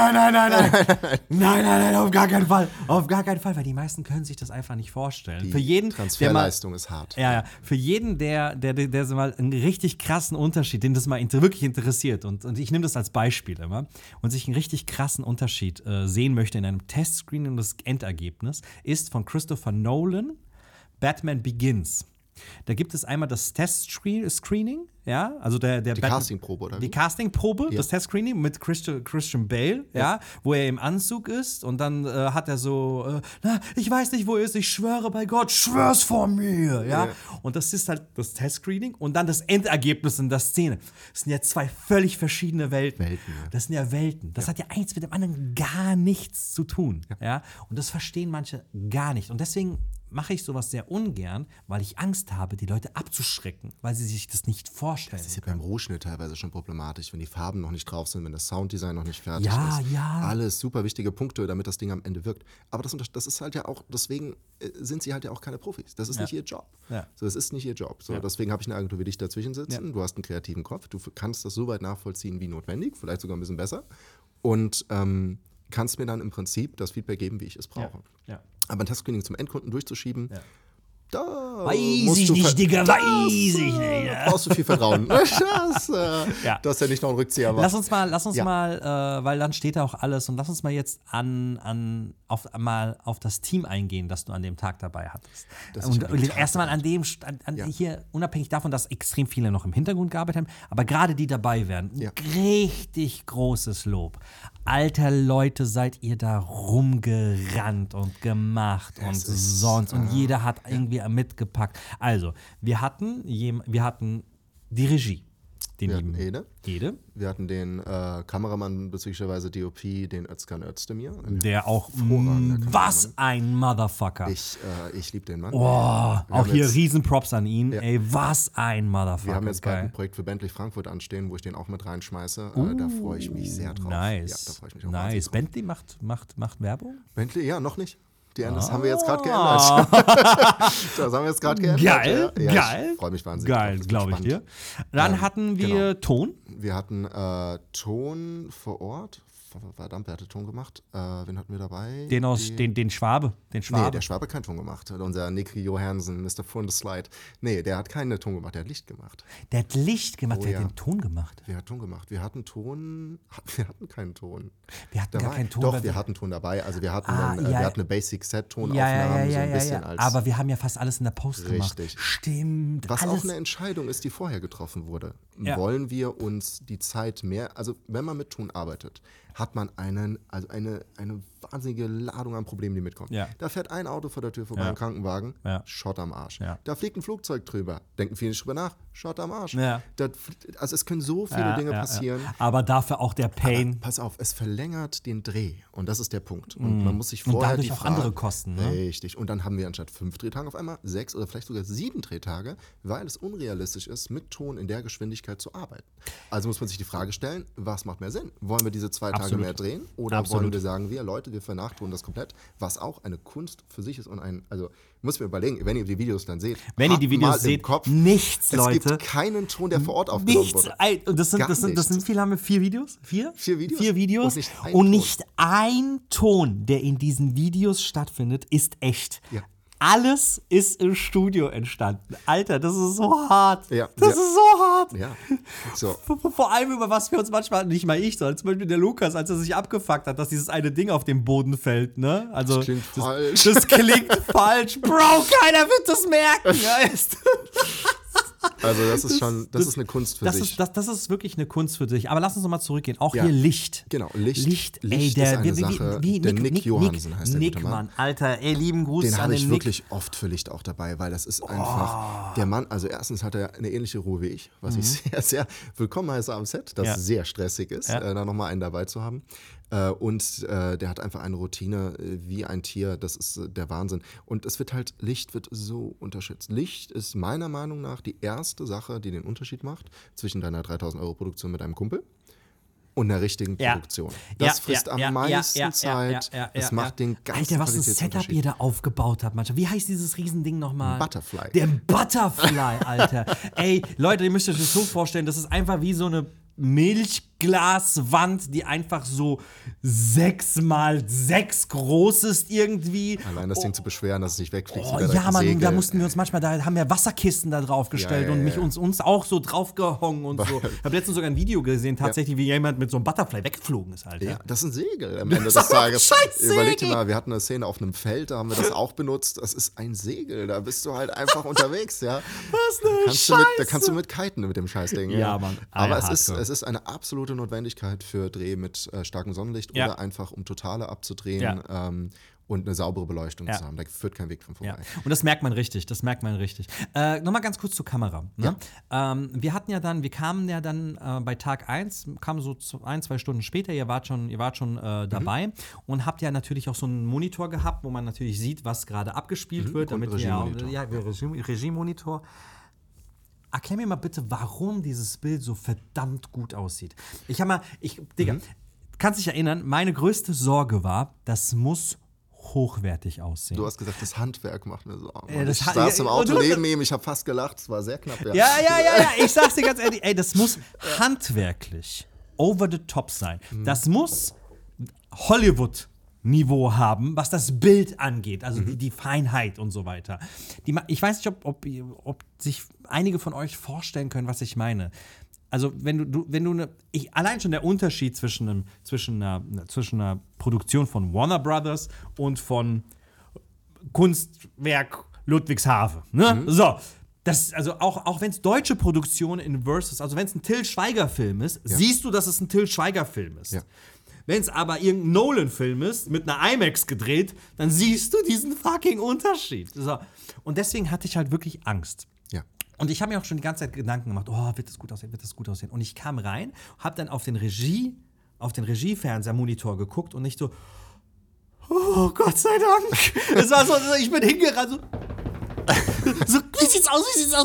auf gar keinen Fall, weil die meisten können sich das einfach nicht vorstellen. Die für jeden, Transferleistung ist hart. Ja, für jeden, der so mal einen richtig krassen Unterschied, den das mal wirklich interessiert, und ich nehme das als Beispiel immer, und sich einen richtig krassen Unterschied sehen möchte in einem Testscreening, und das Endergebnis ist von Christopher Nolan Batman Begins. Da gibt es einmal das Test-Screening, ja, also die Castingprobe, oder? Die Castingprobe, das Testscreening mit Christian Bale, ja, wo er im Anzug ist und dann hat er so, ich weiß nicht, wo er ist, ich schwöre bei Gott, schwör's vor mir, ja. Und das ist halt das Testscreening und dann das Endergebnis in der Szene. Das sind ja zwei völlig verschiedene Welten. Das sind ja Welten. Das hat ja eins mit dem anderen gar nichts zu tun, ja. Und das verstehen manche gar nicht. Und deswegen mache ich sowas sehr ungern, weil ich Angst habe, die Leute abzuschrecken, weil sie sich das nicht vorstellen. Das ist ja beim Rohschnitt teilweise schon problematisch, wenn die Farben noch nicht drauf sind, wenn das Sounddesign noch nicht fertig ist. Ja. Alles super wichtige Punkte, damit das Ding am Ende wirkt. Aber das ist halt ja auch, deswegen sind sie halt ja auch keine Profis. Das ist nicht ihr Job. Ja. So, das ist nicht ihr Job. So, deswegen habe ich eine Agentur wie dich dazwischen sitzen. Ja. Du hast einen kreativen Kopf. Du kannst das so weit nachvollziehen wie notwendig, vielleicht sogar ein bisschen besser. Und kannst mir dann im Prinzip das Feedback geben, wie ich es brauche. Ja. Aber ein Testscreening zum Endkunden durchzuschieben, da weiß ich nicht, Digga, weiß ich nicht. Brauchst du viel Vertrauen. Das ist ja nicht noch ein Rückzieher. Lass uns mal, weil dann steht da auch alles, und lass uns mal jetzt auf das Team eingehen, das du an dem Tag dabei hattest. Und erstmal hier, unabhängig davon, dass extrem viele noch im Hintergrund gearbeitet haben, aber gerade die dabei werden, richtig großes Lob. Alter Leute, seid ihr da rumgerannt und gemacht und sonst. Und jeder hat irgendwie mitgepackt. Also, wir hatten die Regie. Den lieben Ede. Wir hatten den Kameramann beziehungsweise DOP, den Özkan Özdemir. Der auch, was ein Motherfucker. Ich liebe den Mann. Auch hier Riesenprops an ihn. Ja. Ey, was ein Motherfucker. Wir haben jetzt bald ein Projekt für Bentley Frankfurt anstehen, wo ich den auch mit reinschmeiße. Da freue ich mich sehr drauf. Nice. Ja, da freue ich mich auch nice. Bentley macht Werbung? Bentley, ja, noch nicht. Das haben wir jetzt gerade geändert. Das haben wir jetzt gerade geändert. Geil. Ich freue mich wahnsinnig. Geil, glaube ich dir. Dann hatten wir Ton. Wir hatten Ton vor Ort. Verdammt, wer hatte Ton gemacht? Wen hatten wir dabei? Den Schwabe. Nee, der Schwabe hat keinen Ton gemacht. Unser Nick Johansen, Mr. Slide. Nee, der hat keinen Ton gemacht, der hat Licht gemacht. Der hat Licht gemacht, der hat den Ton gemacht. Der hat Ton gemacht. Wir hatten keinen Ton. Wir hatten gar keinen Ton. Doch, wir hatten Ton dabei. Also wir hatten eine Basic-Set-Tonaufnahme. So ein bisschen als aber wir haben ja fast alles in der Post gemacht. Richtig. Stimmt. Was auch eine Entscheidung ist, die vorher getroffen wurde. Ja. Wollen wir uns die Zeit mehr, also wenn man mit Ton arbeitet, hat man eine wahnsinnige Ladung an Problemen, die mitkommt. Ja. Da fährt ein Auto vor der Tür vorbei, ein Krankenwagen, Schott am Arsch. Ja. Da fliegt ein Flugzeug drüber, denken viele nicht drüber nach, Schott am Arsch. Ja. Also es können so viele Dinge passieren. Aber dafür auch der Pain. Aber pass auf, es verlängert den Dreh und das ist der Punkt. Und man muss sich vorher dadurch die auch Frage, andere Kosten. Ne? Richtig. Und dann haben wir anstatt 5 Drehtage auf einmal 6 oder vielleicht sogar 7 Drehtage, weil es unrealistisch ist, mit Ton in der Geschwindigkeit zu arbeiten. Also muss man sich die Frage stellen, was macht mehr Sinn? Wollen wir diese 2 Tage mehr drehen oder wollen wir sagen, Leute, wir vernachtonen das komplett, was auch eine Kunst für sich ist und also muss mir überlegen, wenn ihr die Videos dann seht, nichts, Leute. Es gibt keinen Ton, der vor Ort aufgenommen wurde. Das sind, wie viele haben wir? 4 Videos? 4? 4 Videos. 4 Videos. Und nicht ein Ton, der in diesen Videos stattfindet, ist echt. Ja. Alles ist im Studio entstanden. Alter, das ist so hart. Ja, das ist so hart. Ja. So. Vor allem, über was wir uns manchmal, nicht mal ich, sondern zum Beispiel der Lukas, als er sich abgefuckt hat, dass dieses eine Ding auf dem Boden fällt. Ne? Also, das klingt falsch. Das klingt falsch. Bro, keiner wird das merken. Also das ist eine Kunst für sich. Das ist wirklich eine Kunst für sich. Aber lass uns nochmal zurückgehen. Auch hier Licht. Genau, Licht ey, ist eine Sache. Der Nick Johansen heißt der gute Mann. Alter, ey, lieben Gruß an den Nick. Den habe ich wirklich oft für Licht auch dabei, weil das ist einfach, der Mann, also erstens hat er eine ähnliche Ruhe wie ich, was ich sehr, sehr willkommen heiße am Set, das sehr stressig ist, da nochmal einen dabei zu haben. Und der hat einfach eine Routine wie ein Tier, das ist der Wahnsinn. Und Licht wird so unterschätzt. Licht ist meiner Meinung nach die erste Sache, die den Unterschied macht zwischen deiner 3.000 € Produktion mit einem Kumpel und einer richtigen Produktion. Das frisst am meisten Zeit. Das macht den ganzen Alter, was ein Setup ihr da aufgebaut habt manchmal. Wie heißt dieses Riesending nochmal? Butterfly. Der Butterfly, Alter. Ey, Leute, ihr müsst euch das so vorstellen, das ist einfach wie so eine Milchglaswand, die einfach so 6x6 groß ist irgendwie. Allein das Ding zu beschweren, dass es nicht wegfliegt. Ja, Mann, da mussten wir uns manchmal, da haben wir Wasserkisten da drauf gestellt und uns auch so draufgehangen und so. Ich habe letztens sogar ein Video gesehen, tatsächlich, wie jemand mit so einem Butterfly weggeflogen ist, Alter. Ja, das ist ein Segel am Ende des Tages. Überleg dir mal, wir hatten eine Szene auf einem Feld, da haben wir das auch benutzt. Das ist ein Segel, da bist du halt einfach unterwegs, ja. Was eine Scheiße. Da kannst du mit kiten mit dem Scheißding. Ja, Mann. Aber es ist eine absolute Notwendigkeit für Dreh mit starkem Sonnenlicht oder einfach um Totale abzudrehen und eine saubere Beleuchtung zu haben. Da führt kein Weg dran vorbei. Ja. Und das merkt man richtig, Nochmal ganz kurz zur Kamera. Ne? Ja. Wir kamen ja dann bei Tag 1, kamen so 1-2 Stunden später, ihr wart schon dabei und habt ja natürlich auch so einen Monitor gehabt, wo man natürlich sieht, was gerade abgespielt wird. Damit Regiemonitor. Erklär mir mal bitte, warum dieses Bild so verdammt gut aussieht. Digga, kannst dich erinnern, meine größte Sorge war, das muss hochwertig aussehen. Du hast gesagt, das Handwerk macht mir Sorgen. Ich saß im Auto neben ihm, ich habe fast gelacht, es war sehr knapp. Ja, ich sag's dir ganz ehrlich, das muss handwerklich over the top sein. Das muss Hollywood-Niveau haben, was das Bild angeht, also die Feinheit und so weiter. Ich weiß nicht, ob sich einige von euch vorstellen können, was ich meine. Also allein schon der Unterschied zwischen einer Produktion von Warner Brothers und von Kunstwerk Ludwigshafen. Ne? So. Also auch wenn es deutsche Produktionen in Versus, also wenn es ein Till Schweiger-Film ist, siehst du, dass es ein Till Schweiger-Film ist. Ja. Wenn es aber irgendein Nolan-Film ist, mit einer IMAX gedreht, dann siehst du diesen fucking Unterschied. So. Und deswegen hatte ich halt wirklich Angst. Ja. Und ich habe mir auch schon die ganze Zeit Gedanken gemacht, wird das gut aussehen. Und ich kam rein, habe dann auf den Regiefernseher-Monitor geguckt und nicht so, oh Gott sei Dank. Es war so, ich bin hingerannt, so, wie sieht's aus?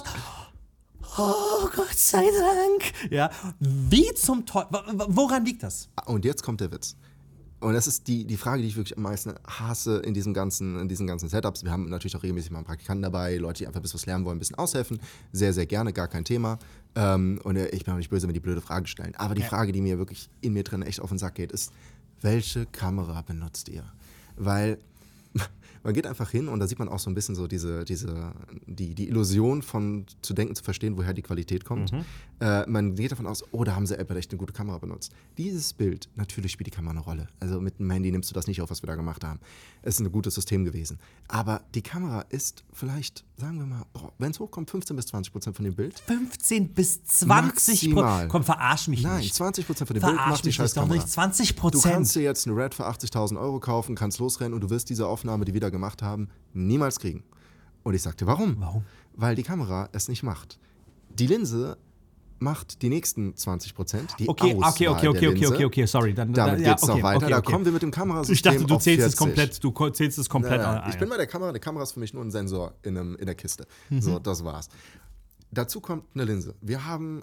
Oh Gott sei Dank. Ja, wie zum Teufel, woran liegt das? Und jetzt kommt der Witz. Und das ist die Frage, die ich wirklich am meisten hasse in diesen ganzen Setups. Wir haben natürlich auch regelmäßig mal einen Praktikanten dabei, Leute, die einfach ein bisschen was lernen wollen, ein bisschen aushelfen. Sehr, sehr gerne, gar kein Thema. Und ich bin auch nicht böse, wenn die blöde Fragen stellen. Aber die Frage, die mir wirklich in mir drin echt auf den Sack geht, ist, welche Kamera benutzt ihr? Weil Man geht einfach hin und da sieht man auch so ein bisschen so die Illusion von zu denken, zu verstehen, woher die Qualität kommt. Man geht davon aus, da haben sie Apple echt eine gute Kamera benutzt. Dieses Bild, natürlich spielt die Kamera eine Rolle. Also mit dem Handy nimmst du das nicht auf, was wir da gemacht haben. Es ist ein gutes System gewesen. Aber die Kamera ist vielleicht, sagen wir mal, wenn es hochkommt, 15-20% von dem Bild. 15-20%? Komm, verarsch mich nicht. Nein, 20% von dem Bild macht die Scheißkamera. Doch nicht 20%. Du kannst dir jetzt eine Red für 80.000 Euro kaufen, kannst losrennen und du wirst diese Aufnahme, die wir da gemacht haben, niemals kriegen. Und ich sagte, warum? Weil die Kamera es nicht macht. Die Linse macht die nächsten 20%, die Okay, sorry. Damit geht es noch weiter. Da kommen wir mit dem Kamerasystem. Ich dachte, du auf zählst 40. es komplett. Nein. Ich bin bei der Kamera. Die Kamera ist für mich nur ein Sensor in der Kiste. So, das war's. Dazu kommt eine Linse. Wir haben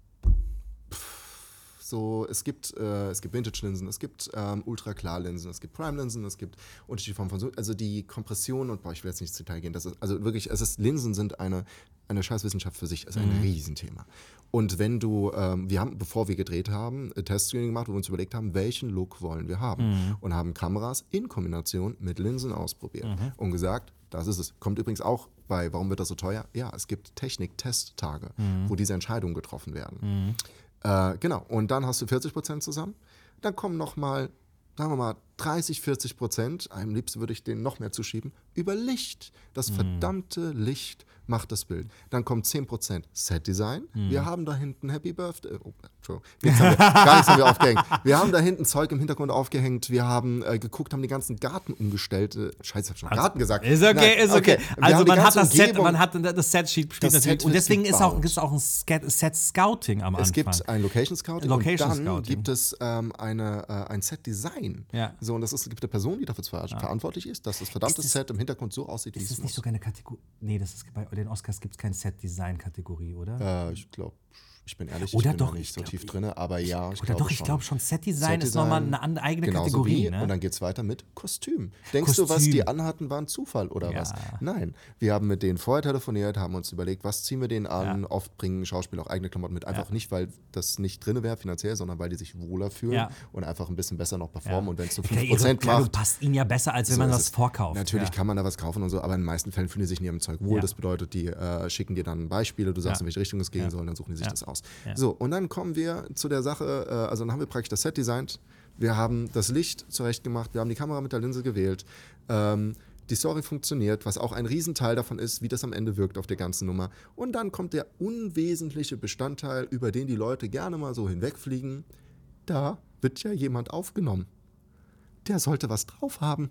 es gibt Vintage-Linsen, es gibt Ultra-Klar-Linsen, es gibt Prime-Linsen, es gibt unterschiedliche Formen von, also die Kompression und, ich will jetzt nicht ins Detail gehen, Linsen sind eine Scheißwissenschaft für sich, ist ein Riesenthema. Und wenn du, wir haben, bevor wir gedreht haben, Testscreening gemacht, wo wir uns überlegt haben, welchen Look wollen wir haben und haben Kameras in Kombination mit Linsen ausprobiert und gesagt, das ist es. Kommt übrigens auch bei, warum wird das so teuer? Ja, es gibt Technik-Testtage, wo diese Entscheidungen getroffen werden. Genau, und dann hast du 40% zusammen. Dann kommen nochmal, sagen wir mal, 30-40%, am liebsten würde ich denen noch mehr zuschieben, über Licht. Das verdammte Licht macht das Bild. Dann kommt 10% Set-Design. Wir haben da hinten Happy Birthday. Gar nichts haben wir aufgehängt. Wir haben da hinten Zeug im Hintergrund aufgehängt. Wir haben geguckt, haben den ganzen Garten umgestellt. Scheiße, ich habe schon Garten gesagt. Ist okay. Also man hat das Set-Sheet spielt natürlich. Und deswegen gibt es auch ein Set-Scouting am Anfang. Es gibt ein Location-Scouting und dann gibt es ein Set-Design. Ja. So, und es gibt eine Person, die dafür verantwortlich ist, dass das verdammte Set im Hintergrund so aussieht, wie es muss. Ist das nicht sogar eine Kategorie? Nee, das ist bei den Oscars gibt es keine Set-Design-Kategorie, oder? Ich glaube, ich bin ehrlich, oder ich bin doch, da nicht so tief drin, aber ja, ich glaube schon. Set-Design ist nochmal eine eigene Kategorie. Ne? Und dann geht es weiter mit Kostüm. Denkst du, was die anhatten, war ein Zufall oder was? Nein, wir haben mit denen vorher telefoniert, haben uns überlegt, was ziehen wir denen an. Oft bringen Schauspieler auch eigene Klamotten mit. Einfach nicht, weil das nicht drin wäre finanziell, sondern weil die sich wohler fühlen und einfach ein bisschen besser noch performen. Und wenn es so 5% macht. Passt ihnen ja besser, als wenn man was vorkauft. Natürlich kann man da was kaufen und so, aber in den meisten Fällen fühlen die sich in ihrem Zeug wohl. Das bedeutet, die schicken dir dann Beispiele, du sagst, in welche Richtung es gehen soll, dann suchen die sich das aus. So, und dann kommen wir zu der Sache, also dann haben wir praktisch das Set designt, wir haben das Licht zurechtgemacht, wir haben die Kamera mit der Linse gewählt, die Story funktioniert, was auch ein Riesenteil davon ist, wie das am Ende wirkt auf der ganzen Nummer. Und dann kommt der unwesentliche Bestandteil, über den die Leute gerne mal so hinwegfliegen. Da wird ja jemand aufgenommen. Der sollte was drauf haben.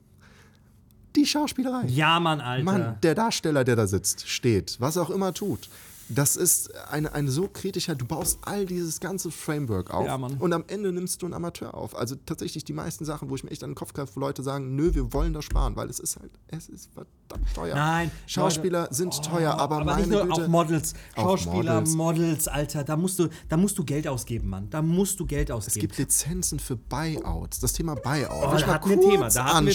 Die Schauspielerei. Ja, Mann, Alter. Mann, der Darsteller, der da sitzt, steht, was auch immer tut. Das ist ein so kritischer, du baust all dieses ganze Framework auf und am Ende nimmst du einen Amateur auf. Also tatsächlich die meisten Sachen, wo ich mir echt an den Kopf greife, wo Leute sagen, nö, wir wollen das sparen, weil es ist verdammt teuer. Nein. Schauspieler sind teuer, aber meine nicht nur, Güte. Auch Models. Schauspieler, Models, Alter, da musst du Geld ausgeben, Mann. Da musst du Geld ausgeben. Es gibt Lizenzen für Buyouts. Das Thema Buyout. Da hatten wir ein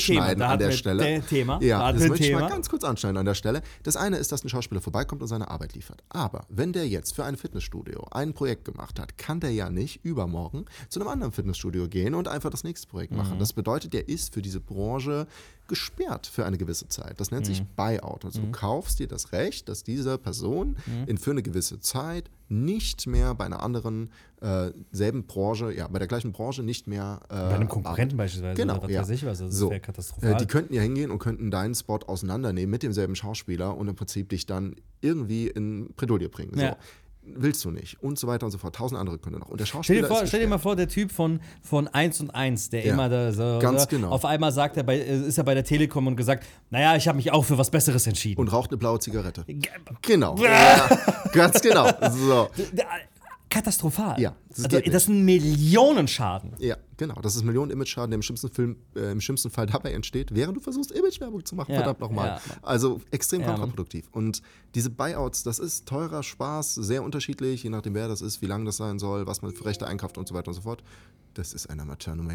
Thema. Ja, das möchte ich mal ganz kurz anschneiden an der Stelle. Das eine ist, dass ein Schauspieler vorbeikommt und seine Arbeit liefert. Aber wenn der jetzt für ein Fitnessstudio ein Projekt gemacht hat, kann der ja nicht übermorgen zu einem anderen Fitnessstudio gehen und einfach das nächste Projekt machen. Das bedeutet, der ist für diese Branche gesperrt für eine gewisse Zeit. Das nennt sich Buyout. Also du kaufst dir das Recht, dass diese Person für eine gewisse Zeit nicht mehr bei einer anderen selben Branche, bei der gleichen Branche nicht mehr bei einem Konkurrenten beispielsweise, genau, oder was weiß ich was, das wäre katastrophal. Die könnten ja hingehen und könnten deinen Spot auseinandernehmen mit demselben Schauspieler und im Prinzip dich dann irgendwie in Bredouille bringen. So. Willst du nicht und so weiter und so fort. 1000 andere Gründe noch. Und der Schauspieler stell dir mal vor, der Typ von 1&1, der immer da so, ganz genau. Auf einmal ist er bei der Telekom und gesagt, naja, ich habe mich auch für was Besseres entschieden. Und raucht eine blaue Zigarette. Genau. Ganz genau. So. Katastrophal. Ja, das ist ein Millionenschaden. Ja, genau. Das ist ein Millionen-Image-Schaden, der im schlimmsten Fall dabei entsteht, während du versuchst, Image-Werbung zu machen. Verdammt nochmal. Ja. Also extrem kontraproduktiv. Und diese Buyouts, das ist teurer Spaß, sehr unterschiedlich, je nachdem, wer das ist, wie lang das sein soll, was man für Rechte einkauft und so weiter und so fort. Das ist eine Amateurnummer.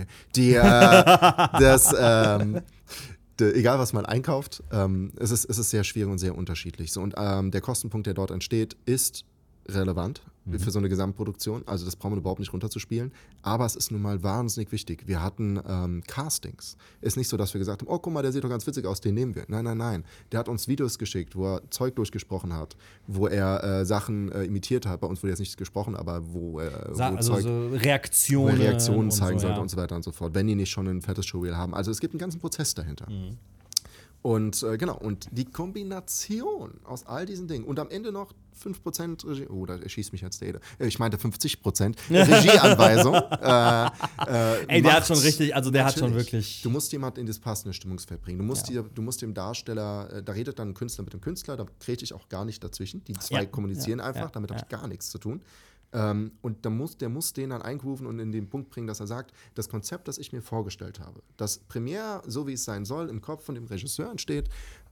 Egal, was man einkauft, es ist sehr schwierig und sehr unterschiedlich. So, und der Kostenpunkt, der dort entsteht, ist relevant. für so eine Gesamtproduktion. Also das brauchen wir überhaupt nicht runterzuspielen. Aber es ist nun mal wahnsinnig wichtig. Wir hatten Castings. Ist nicht so, dass wir gesagt haben, oh, guck mal, der sieht doch ganz witzig aus, den nehmen wir. Nein. Der hat uns Videos geschickt, wo er Zeug durchgesprochen hat, wo er Sachen imitiert hat. Bei uns wurde jetzt nichts gesprochen, aber wo so Reaktionen zeigen sollte ja. und so weiter und so fort, wenn die nicht schon ein fettes Showreel haben. Also es gibt einen ganzen Prozess dahinter. Und und die Kombination aus all diesen Dingen und am Ende noch 5% Regie, da erschießt mich jetzt der, ich meinte 50% Regieanweisung. Ey, der hat schon richtig, also der hat schon wirklich. Du musst jemanden in das passende Stimmungsfeld bringen. Du musst dem Darsteller, da redet dann ein Künstler mit dem Künstler, da trete ich auch gar nicht dazwischen. Die zwei kommunizieren einfach, damit habe ich gar nichts zu tun. Und der muss den dann einrufen und in den Punkt bringen, dass er sagt, das Konzept, das ich mir vorgestellt habe, das Premiere, so wie es sein soll, im Kopf von dem Regisseur entsteht,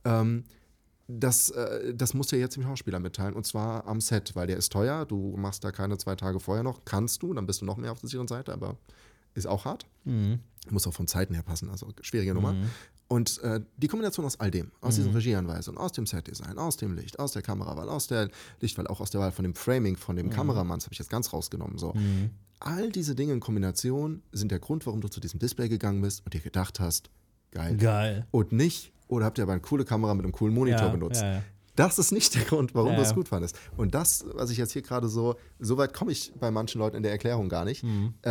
das muss dir jetzt dem Schauspieler mitteilen und zwar am Set, weil der ist teuer, du machst da keine 2 Tage vorher noch, kannst du, dann bist du noch mehr auf der sicheren Seite, aber ist auch hart. Muss auch von Zeiten her passen, also schwierige Nummer. Und die Kombination aus all dem, aus diesen Regieanweisungen, aus dem Setdesign, aus dem Licht, aus der Kamerawahl, aus der Lichtwahl, auch aus der Wahl von dem Framing, von dem Kameramann, das habe ich jetzt ganz rausgenommen. So. All diese Dinge in Kombination sind der Grund, warum du zu diesem Display gegangen bist und dir gedacht hast, geil. Und nicht, oder habt ihr aber eine coole Kamera mit einem coolen Monitor benutzt. Ja. Das ist nicht der Grund, warum du es gut fandest. Und das, was ich jetzt hier gerade so weit komme ich bei manchen Leuten in der Erklärung gar nicht.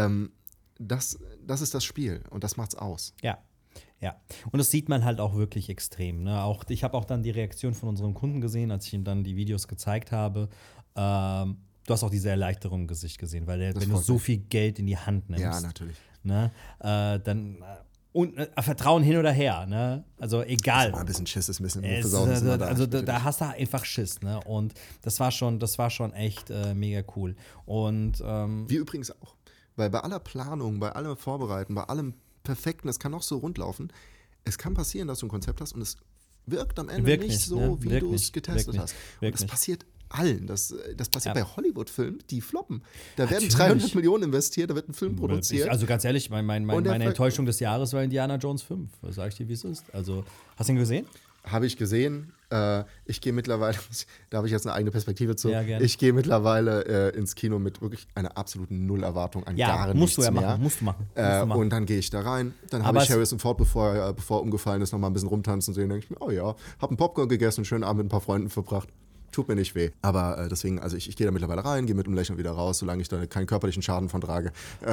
Das ist das Spiel und das macht's aus. Ja. Und das sieht man halt auch wirklich extrem. Ne? Ich habe auch dann die Reaktion von unserem Kunden gesehen, als ich ihm dann die Videos gezeigt habe. Du hast auch diese Erleichterung im Gesicht gesehen, weil wenn du so viel Geld in die Hand nimmst. Ja, natürlich. Ne, dann Vertrauen hin oder her, ne? Also egal. Also mal ein bisschen Schiss ist ein bisschen da hast du einfach Schiss, ne? Und das war schon echt mega cool. Und wir übrigens auch. Weil bei aller Planung, bei allem Vorbereiten, bei allem Perfekten, es kann auch so rund laufen. Es kann passieren, dass du ein Konzept hast und es wirkt am Ende nicht so, wie du es getestet hast. Und das passiert allen. Das passiert bei Hollywood-Filmen, die floppen. Da werden 300 Millionen investiert, da wird ein Film produziert. Also ganz ehrlich, meine Enttäuschung des Jahres war Indiana Jones 5. Sag ich dir, wie es ist. Also, hast du ihn gesehen? Habe ich gesehen. Ich gehe mittlerweile, da habe ich jetzt eine eigene Perspektive zu. Ja, ich gehe mittlerweile ins Kino mit wirklich einer absoluten Nullerwartung an gar nichts mehr. Musst du machen. Und dann gehe ich da rein. Dann habe ich Harrison Ford, bevor er umgefallen ist, noch mal ein bisschen rumtanzen sehen. Dann denke ich mir, oh ja, habe einen Popcorn gegessen, einen schönen Abend mit ein paar Freunden verbracht. Tut mir nicht weh. Aber deswegen, also ich gehe da mittlerweile rein, gehe mit dem Lächeln wieder raus, solange ich da keinen körperlichen Schaden von trage. Du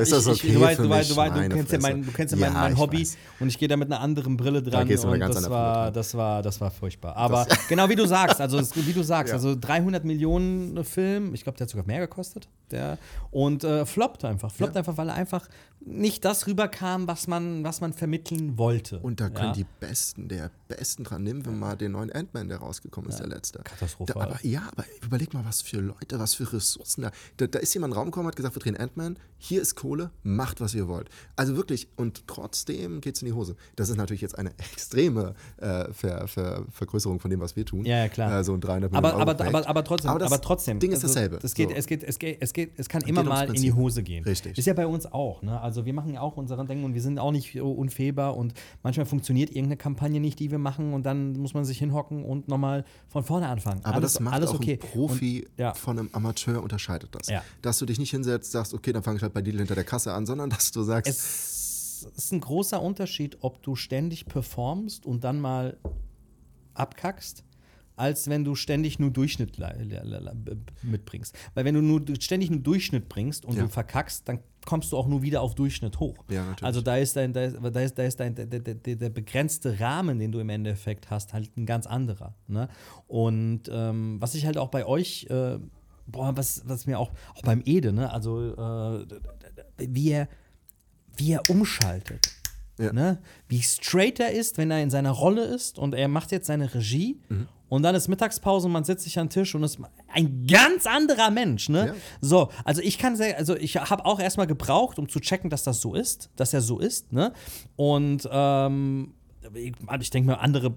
kennst ja mein Hobby und ich gehe da mit einer anderen Brille dran und das war furchtbar. Aber genau wie du sagst, also 300 Millionen Film, ich glaube, der hat sogar mehr gekostet, und floppt einfach, weil er einfach nicht das rüberkam, was man vermitteln wollte. Und da können die Besten der Besten dran, nehmen wir mal den neuen Ant-Man, der rausgekommen ist, der letzte. Aber überleg mal, was für Leute, was für Ressourcen da ist jemand in den Raum gekommen, hat gesagt, wir drehen Ant-Man, hier ist Kohle, macht, was ihr wollt. Also wirklich, und trotzdem geht's in die Hose. Das ist natürlich jetzt eine extreme Vergrößerung von dem, was wir tun. Ja, klar. So ein 300 Millionen aber trotzdem. Ding ist dasselbe. Es kann immer mal in die Hose gehen. Richtig. Ist ja bei uns auch, ne? Also wir machen ja auch unsere Dinge und wir sind auch nicht unfehlbar und manchmal funktioniert irgendeine Kampagne nicht, die wir machen und dann muss man sich hinhocken und nochmal von vorne anfangen. Aber das macht alles auch okay. Ein Profi von einem Amateur unterscheidet das. Ja. Dass du dich nicht hinsetzt, sagst, okay, dann fange ich halt bei Lidl hinter der Kasse an, sondern dass du sagst... Es ist ein großer Unterschied, ob du ständig performst und dann mal abkackst, als wenn du ständig nur Durchschnitt mitbringst. Weil wenn du ständig nur Durchschnitt bringst und du verkackst, dann kommst du auch nur wieder auf Durchschnitt hoch. Ja, natürlich. Also da ist der begrenzte Rahmen, den du im Endeffekt hast, halt ein ganz anderer. Ne? Und was ich halt auch bei euch, was mir auch beim Ede, ne? Also wie er umschaltet. Ja. Ne? Wie straight er ist, wenn er in seiner Rolle ist und er macht jetzt seine Regie und dann ist Mittagspause und man setzt sich an den Tisch und ist ein ganz anderer Mensch. Ne? Ja. So, also ich habe auch erstmal gebraucht, um zu checken, dass das so ist, dass er so ist. Ne? Und ich denke mal,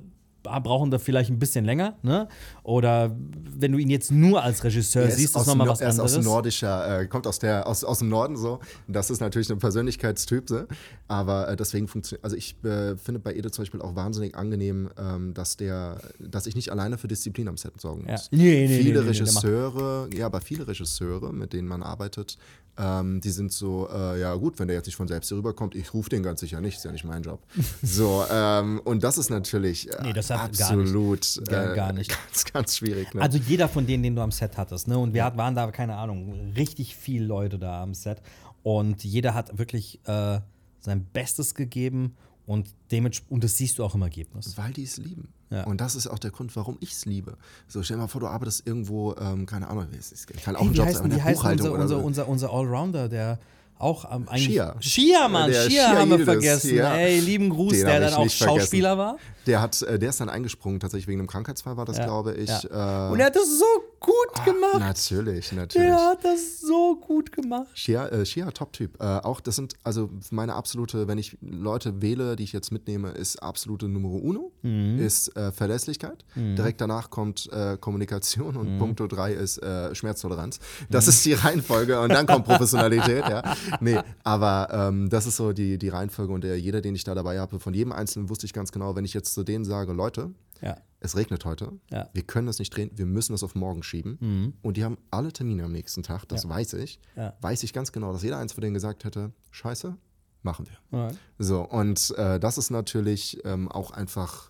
brauchen da vielleicht ein bisschen länger, ne? Oder wenn du ihn jetzt nur als Regisseur siehst, ist nochmal was anderes. Er ist aus nordischer, kommt aus dem Norden so. Das ist natürlich ein Persönlichkeitstyp, so. Aber deswegen funktioniert, also ich finde bei Ede zum Beispiel auch wahnsinnig angenehm, dass ich nicht alleine für Disziplin am Set sorgen muss. Viele Regisseure, aber viele Regisseure, mit denen man arbeitet, die sind so, ja gut, wenn der jetzt nicht von selbst hier rüberkommt, ich rufe den ganz sicher nicht, ist ja nicht mein Job. So, und das ist natürlich das absolut gar nicht. Ganz, ganz schwierig. Ne? Also jeder von denen, den du am Set hattest, ne? Und wir waren da, keine Ahnung, richtig viele Leute da am Set. Und jeder hat wirklich sein Bestes gegeben und das siehst du auch im Ergebnis. Weil die es lieben. Ja. Und das ist auch der Grund, warum ich es liebe. So, stell dir mal vor, du arbeitest irgendwo, keine Ahnung, es kann auch ein Job sein, wie heißt unser Allrounder, der auch eigentlich... Shia, Mann, Shia haben wir vergessen. Ja. Ey, lieben Gruß, der dann auch Schauspieler war. Der ist dann eingesprungen, tatsächlich wegen einem Krankheitsfall war das, glaube ich. Ja. Und er hat das so gut gemacht. Natürlich. Der hat das so gut gemacht. Shia, Top-Typ. Auch das sind, also meine absolute, wenn ich Leute wähle, die ich jetzt mitnehme, ist absolute Numero Uno, ist Verlässlichkeit. Direkt danach kommt Kommunikation und Punkto 3 ist Schmerztoleranz. Das ist die Reihenfolge und dann kommt Professionalität. Ja. Nee, aber das ist so die Reihenfolge und jeder, den ich da dabei habe, von jedem Einzelnen wusste ich ganz genau, wenn ich jetzt zu denen sage, Leute, es regnet heute, wir können das nicht drehen, wir müssen das auf morgen schieben und die haben alle Termine am nächsten Tag, das weiß ich ganz genau, dass jeder eins von denen gesagt hätte, scheiße, machen wir. Ja. So, und das ist natürlich auch einfach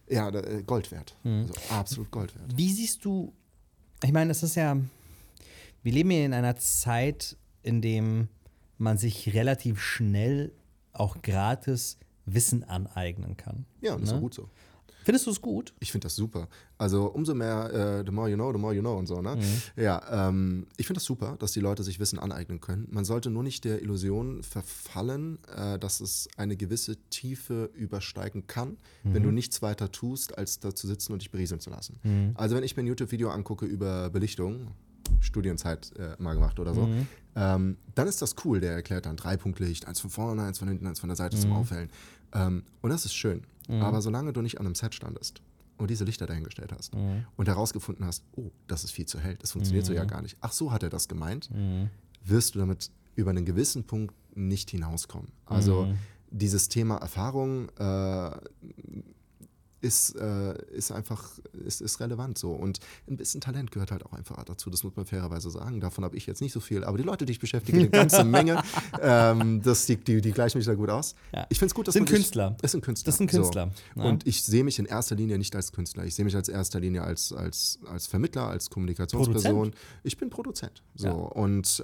Gold wert, also absolut Gold wert. Wie siehst du, ich meine, es ist ja, wir leben ja in einer Zeit, in dem man sich relativ schnell auch gratis Wissen aneignen kann. Ja, und das ist auch gut so. Findest du es gut? Ich finde das super. Also umso mehr, the more you know und so, ne? Ja, ich finde das super, dass die Leute sich Wissen aneignen können. Man sollte nur nicht der Illusion verfallen, dass es eine gewisse Tiefe übersteigen kann, wenn du nichts weiter tust, als da zu sitzen und dich berieseln zu lassen. Also wenn ich mir ein YouTube-Video angucke über Belichtung, Studienzeit mal gemacht oder so, dann ist das cool. Der erklärt dann 3-Punkt-Licht, eins von vorne, eins von hinten, eins von der Seite zum Aufhellen. Und das ist schön. Aber solange du nicht an einem Set standest und diese Lichter dahingestellt hast und herausgefunden hast, oh, das ist viel zu hell, das funktioniert so ja gar nicht. Ach, so hat er das gemeint, wirst du damit über einen gewissen Punkt nicht hinauskommen. Also dieses Thema Erfahrung ist relevant so. Und ein bisschen Talent gehört halt auch einfach dazu, das muss man fairerweise sagen. Davon habe ich jetzt nicht so viel, aber die Leute, die ich beschäftige, eine ganze Menge, die gleichen mich da gut aus. Ja. Ich finde es gut, dass Künstler. Es sind Künstler. Das sind Künstler. So. Ja. Und ich sehe mich in erster Linie nicht als Künstler. Ich sehe mich als erster Linie als Vermittler, als Kommunikationsperson. Produzent? Ich bin Produzent. So. Ja. Und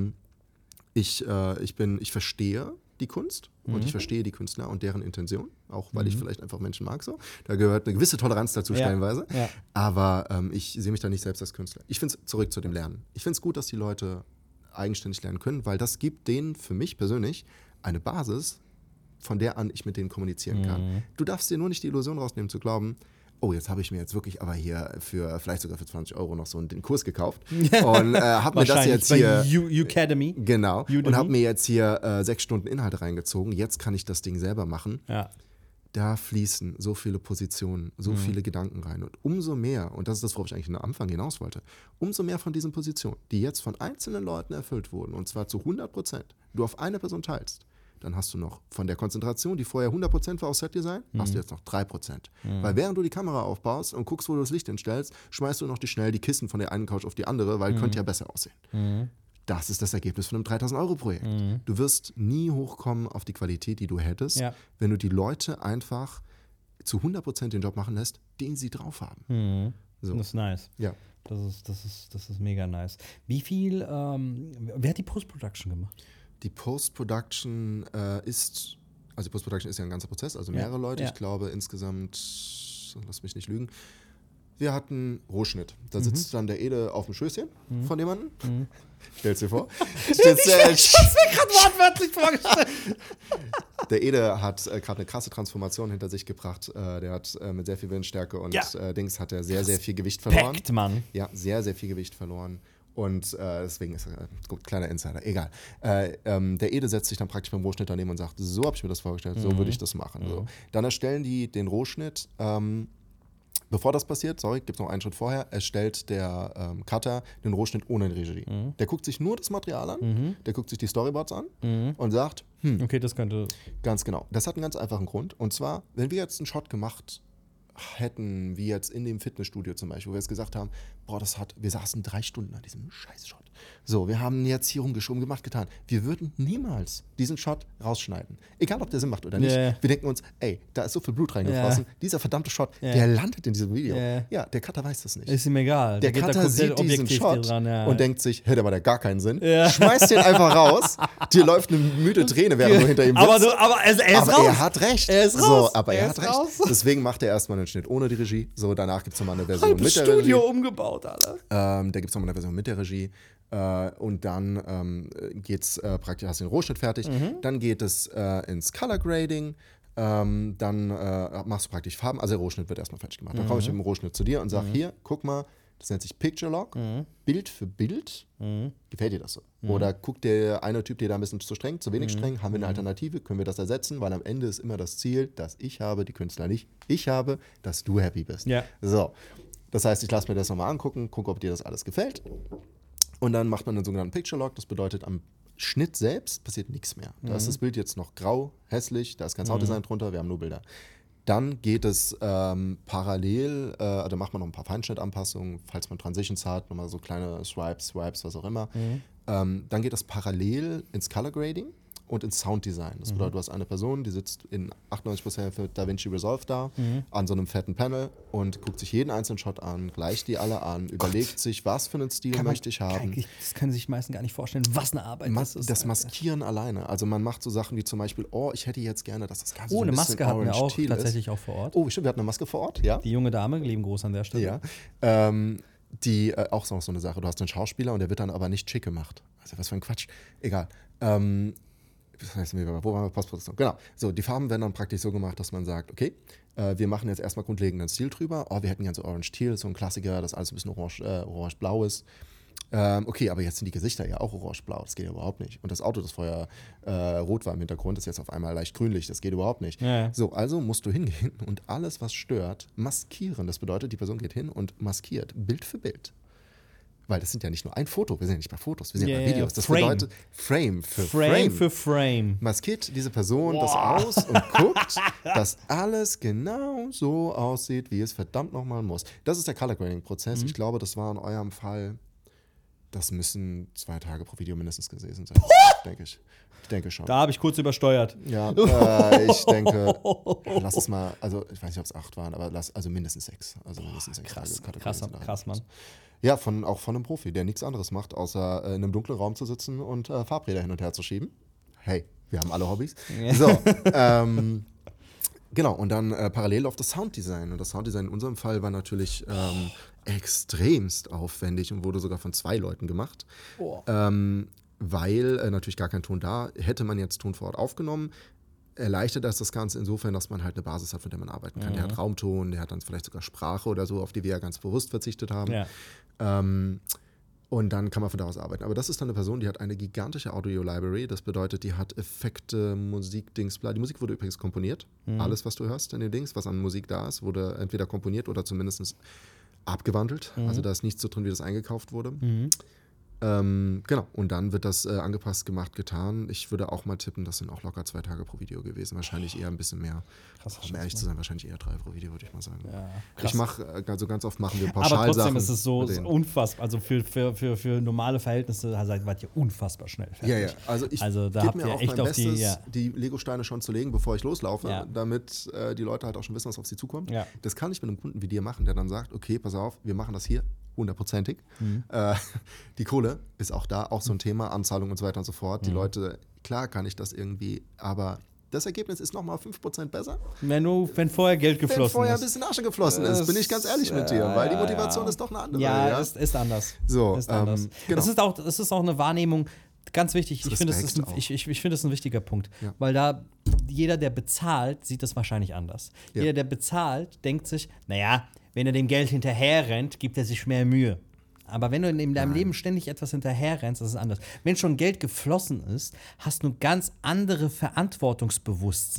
ich verstehe die Kunst und ich verstehe die Künstler und deren Intention, auch weil ich vielleicht einfach Menschen mag so. Da gehört eine gewisse Toleranz dazu stellenweise. Ja. Aber ich sehe mich da nicht selbst als Künstler. Ich finde es, zurück zu dem Lernen, ich finde es gut, dass die Leute eigenständig lernen können, weil das gibt denen für mich persönlich eine Basis, von der an ich mit denen kommunizieren kann. Du darfst dir nur nicht die Illusion rausnehmen zu glauben, oh, jetzt habe ich mir jetzt wirklich aber hier vielleicht sogar für 20 € noch so den Kurs gekauft und habe mir das jetzt hier Academy. Genau. Und habe mir jetzt hier 6 Stunden Inhalt reingezogen. Jetzt kann ich das Ding selber machen. Ja. Da fließen so viele Positionen, so viele Gedanken rein. Und umso mehr, und das ist das, worauf ich eigentlich am Anfang hinaus wollte, umso mehr von diesen Positionen, die jetzt von einzelnen Leuten erfüllt wurden, und zwar zu 100%, du auf eine Person teilst, dann hast du noch von der Konzentration, die vorher 100% war auf Setdesign, hast du jetzt noch 3%. Weil während du die Kamera aufbaust und guckst, wo du das Licht hinstellst, schmeißt du noch schnell die Kissen von der einen Couch auf die andere, weil könnte ja besser aussehen. Das ist das Ergebnis von einem 3.000-€-Projekt. Du wirst nie hochkommen auf die Qualität, die du hättest, wenn du die Leute einfach zu 100% den Job machen lässt, den sie drauf haben. So. Das ist nice. Ja. Das ist mega nice. Wie viel, wer hat die Post-Production gemacht? Die Post-Production ist ja ein ganzer Prozess, also mehrere Leute. Ich glaube insgesamt, lass mich nicht lügen, wir hatten Rohschnitt. Da sitzt dann der Ede auf dem Schößchen von jemandem. Stell's dir vor. Ich hab's mir gerade wortwörtlich vorgestellt. Der Ede hat gerade eine krasse Transformation hinter sich gebracht. Der hat mit sehr viel Windstärke und Dings hat er sehr, sehr viel Gewicht verloren. Respekt, Mann. Ja, sehr, sehr viel Gewicht verloren. Und deswegen ist er gut, kleiner Insider, egal. Der Ede setzt sich dann praktisch beim Rohschnitt daneben und sagt, so habe ich mir das vorgestellt, so würde ich das machen. So. Dann erstellen die den Rohschnitt Bevor das passiert, gibt es noch einen Schritt vorher, erstellt der Cutter den Rohschnitt ohne Regie. Der guckt sich nur das Material an, der guckt sich die Storyboards an und sagt, okay, das könnte... Ganz genau. Das hat einen ganz einfachen Grund. Und zwar, wenn wir jetzt einen Shot gemacht hätten, wie jetzt in dem Fitnessstudio zum Beispiel, wo wir jetzt gesagt haben, wir saßen 3 Stunden an diesem Scheiß-Shot. So, wir haben jetzt hier rumgeschoben, gemacht, getan. Wir würden niemals diesen Shot rausschneiden. Egal, ob der Sinn macht oder nicht. Wir denken uns, ey, da ist so viel Blut reingeflossen. Dieser verdammte Shot, der landet in diesem Video. Ja, der Cutter weiß das nicht. Ist ihm egal. Der Cutter sieht diesen Shot dran, und denkt sich, hey, der war da gar keinen Sinn. Schmeißt den einfach raus. Dir läuft eine müde Träne, während du hinter ihm sitzt. Aber er ist raus. Er hat recht. Er ist raus. So, aber er hat recht. Deswegen macht er erstmal einen Schnitt ohne die Regie. So, danach gibt es nochmal eine Version mit der Regie. Studio umgebaut, Alter. Da gibt es nochmal eine Version mit der Regie. Und dann geht's praktisch, hast du den Rohschnitt fertig. Dann geht es ins Color Grading. Dann machst du praktisch Farben. Also der Rohschnitt wird erstmal fertig gemacht. Dann komme ich mit dem Rohschnitt zu dir und sage, hier, guck mal, das nennt sich Picture Log, Bild für Bild. Gefällt dir das so? Oder guckt der eine Typ dir da ein bisschen zu streng, zu wenig streng? Haben wir eine Alternative? Können wir das ersetzen? Weil am Ende ist immer das Ziel, dass ich habe, die Künstler nicht. Ich habe, dass du happy bist. Ja. So. Das heißt, ich lasse mir das nochmal angucken, gucke, ob dir das alles gefällt. Und dann macht man einen sogenannten Picture Log. Das bedeutet, am Schnitt selbst passiert nichts mehr. Da ist das Bild jetzt noch grau, hässlich, da ist kein Sounddesign drunter, wir haben nur Bilder. Dann geht es parallel, da macht man noch ein paar Feinschnittanpassungen, falls man Transitions hat, nochmal so kleine Swipes, was auch immer. Dann geht es parallel ins Color Grading und ins Sounddesign. Das bedeutet, du hast eine Person, die sitzt in 98% für DaVinci Resolve da, an so einem fetten Panel und guckt sich jeden einzelnen Shot an, gleicht die alle an, überlegt sich, was für einen Stil möchte ich haben. Das können sich die meisten gar nicht vorstellen, was eine Arbeit das ist. Das Maskieren alleine. Also man macht so Sachen wie zum Beispiel, ich hätte jetzt gerne, dass das Ganze so ein eine bisschen Maske hatten wir auch Orange tatsächlich auch vor Ort. Oh, stimmt, wir hatten eine Maske vor Ort, ja. Die junge Dame, lieben Gruß an der Stelle. Ja. Die auch noch so eine Sache. Du hast einen Schauspieler und der wird dann aber nicht schick gemacht. Also was für ein Quatsch. Egal. Wo waren wir? Postproduktion. Genau. So, die Farben werden dann praktisch so gemacht, dass man sagt, okay, wir machen jetzt erstmal grundlegenden Stil drüber. Wir hätten ja so Orange Teal, so ein Klassiker, das alles ein bisschen orange-blau ist. Okay, aber jetzt sind die Gesichter ja auch orange-blau. Das geht ja überhaupt nicht. Und das Auto, das vorher rot war im Hintergrund, ist jetzt auf einmal leicht grünlich. Das geht überhaupt nicht. Ja. So, also musst du hingehen und alles, was stört, maskieren. Das bedeutet, die Person geht hin und maskiert Bild für Bild. Weil das sind ja nicht nur ein Foto, wir sind ja nicht bei Fotos, wir sind ja bei Videos. Das bedeutet Frame für Frame. Maskiert diese Person das aus und guckt, dass alles genau so aussieht, wie es verdammt nochmal muss. Das ist der Color Grading-Prozess. Ich glaube, das war in eurem Fall, das müssen 2 Tage pro Video mindestens gewesen sein. Denke ich. Ich denke schon. Da habe ich kurz übersteuert. Ja, ich denke, lass es mal, also ich weiß nicht, ob es 8 waren, aber also mindestens 6. Also mindestens 6 Tage. Krass, Mann. Ja, auch von einem Profi, der nichts anderes macht, außer in einem dunklen Raum zu sitzen und Farbräder hin und her zu schieben. Hey, wir haben alle Hobbys. Ja. So, genau, und dann parallel auf das Sounddesign. Und das Sounddesign in unserem Fall war natürlich extremst aufwendig und wurde sogar von 2 Leuten gemacht. Weil natürlich gar kein Ton da. Hätte man jetzt Ton vor Ort aufgenommen, erleichtert das Ganze insofern, dass man halt eine Basis hat, mit der man arbeiten kann. Der hat Raumton, der hat dann vielleicht sogar Sprache oder so, auf die wir ja ganz bewusst verzichtet haben. Ja. Und dann kann man von da aus arbeiten. Aber das ist dann eine Person, die hat eine gigantische Audio-Library. Das bedeutet, die hat Effekte, Musik, Dings, bla. Die Musik wurde übrigens komponiert. Alles, was du hörst in den Dings, was an Musik da ist, wurde entweder komponiert oder zumindest abgewandelt. Also da ist nichts so drin, wie das eingekauft wurde. Genau, und dann wird das angepasst, gemacht, getan. Ich würde auch mal tippen, das sind auch locker 2 Tage pro Video gewesen. Wahrscheinlich eher ein bisschen mehr. Krass, um ehrlich zu sein, wahrscheinlich eher 3 pro Video, würde ich mal sagen. Ja, ich mache, also ganz oft machen wir Pauschalsachen. Aber trotzdem ist es so unfassbar, also für normale Verhältnisse wart ihr unfassbar schnell fertig. Ja. Also da habt ihr echt auf die Lego-Steine schon zu legen, bevor ich loslaufe, damit die Leute halt auch schon wissen, was auf sie zukommt. Ja. Das kann ich mit einem Kunden wie dir machen, der dann sagt, okay, pass auf, wir machen das hier 100%ig. Die Kohle ist auch da, auch so ein Thema, Anzahlung und so weiter und so fort. Die Leute, klar kann ich das irgendwie, aber das Ergebnis ist nochmal 5% besser. Wenn vorher Geld geflossen ist. Wenn vorher ein bisschen Asche geflossen ist, bin ich ganz ehrlich mit dir, weil die Motivation ist doch eine andere. Ja, ist anders. So, ist anders. Genau. Es ist auch eine Wahrnehmung, ganz wichtig, ich finde, das ist ein wichtiger Punkt, weil da jeder, der bezahlt, sieht das wahrscheinlich anders. Ja. Jeder, der bezahlt, denkt sich, naja, wenn er dem Geld hinterher rennt, gibt er sich mehr Mühe. Aber wenn du in deinem Leben ständig etwas hinterher rennst, das ist anders. Wenn schon Geld geflossen ist, hast du ein ganz andere Verantwortungsbewusstsein.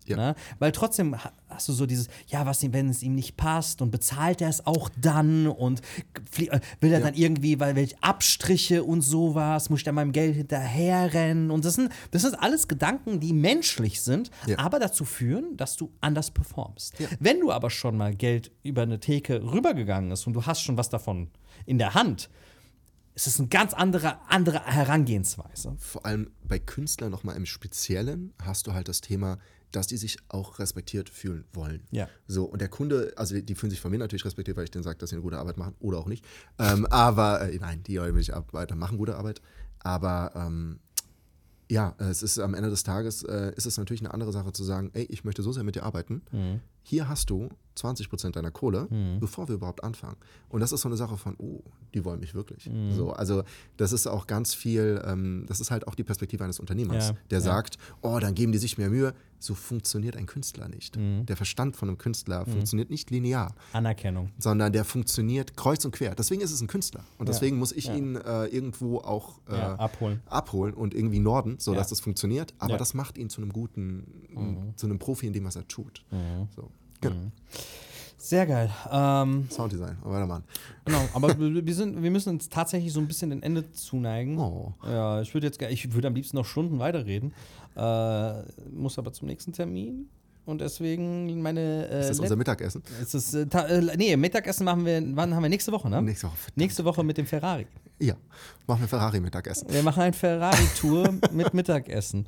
Ja. Ne? Weil trotzdem hast du so dieses, ja, was ihm, wenn es ihm nicht passt und bezahlt er es auch dann und will er dann irgendwie, weil welche Abstriche und sowas, muss ich dann meinem Geld hinterherrennen und das sind alles Gedanken, die menschlich sind, aber dazu führen, dass du anders performst. Ja. Wenn du aber schon mal Geld über eine Theke rübergegangen ist und du hast schon was davon in der Hand, es ist eine ganz andere Herangehensweise. Vor allem bei Künstlern nochmal im Speziellen hast du halt das Thema, dass die sich auch respektiert fühlen wollen. Ja. So, und der Kunde, also die fühlen sich von mir natürlich respektiert, weil ich denen sage, dass sie eine gute Arbeit machen oder auch nicht. Nein, die will ich weiter machen, gute Arbeit. Aber ja, es ist am Ende des Tages, ist es natürlich eine andere Sache zu sagen, ey, ich möchte so sehr mit dir arbeiten. Hier hast du 20% deiner Kohle, bevor wir überhaupt anfangen. Und das ist so eine Sache von, oh, die wollen mich wirklich. So, also das ist auch ganz viel, das ist halt auch die Perspektive eines Unternehmers, der sagt, oh, dann geben die sich mehr Mühe. So funktioniert ein Künstler nicht. Der Verstand von einem Künstler funktioniert nicht linear. Anerkennung. Sondern der funktioniert kreuz und quer. Deswegen ist es ein Künstler. Und deswegen muss ich ihn irgendwo auch abholen und irgendwie norden, sodass das funktioniert. Aber das macht ihn zu einem guten, zu einem Profi in dem, was er tut. So. Genau. Sehr geil. Sounddesign, weitermachen. Genau, aber wir müssen uns tatsächlich so ein bisschen dem Ende zuneigen. Oh. Ja, ich würde am liebsten noch Stunden weiterreden. Muss aber zum nächsten Termin. Und deswegen meine. Ist das unser Mittagessen? Mittagessen machen wir. Wann haben wir nächste Woche, ne? Nächste Woche. Nächste Woche mit dem Ferrari. Ja, machen wir Ferrari-Mittagessen. Wir machen ein Ferrari-Tour mit Mittagessen.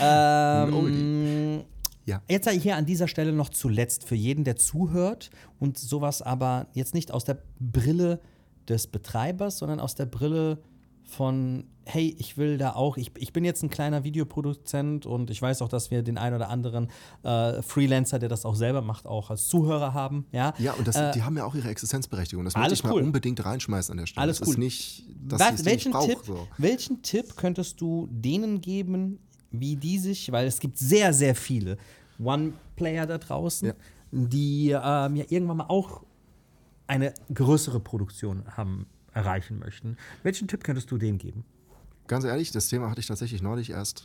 Ja. Jetzt hier an dieser Stelle noch zuletzt für jeden, der zuhört und sowas aber jetzt nicht aus der Brille des Betreibers, sondern aus der Brille von, hey, ich will da auch, ich bin jetzt ein kleiner Videoproduzent und ich weiß auch, dass wir den einen oder anderen Freelancer, der das auch selber macht, auch als Zuhörer haben. Ja, und die haben ja auch ihre Existenzberechtigung. Das möchte ich mal unbedingt reinschmeißen an der Stelle. Alles cool. Ist nicht, dass welchen Tipp könntest du denen geben, wie die sich, weil es gibt sehr, sehr viele One-Player da draußen, die ja irgendwann mal auch eine größere Produktion erreichen möchten. Welchen Tipp könntest du denen geben? Ganz ehrlich, das Thema hatte ich tatsächlich neulich erst.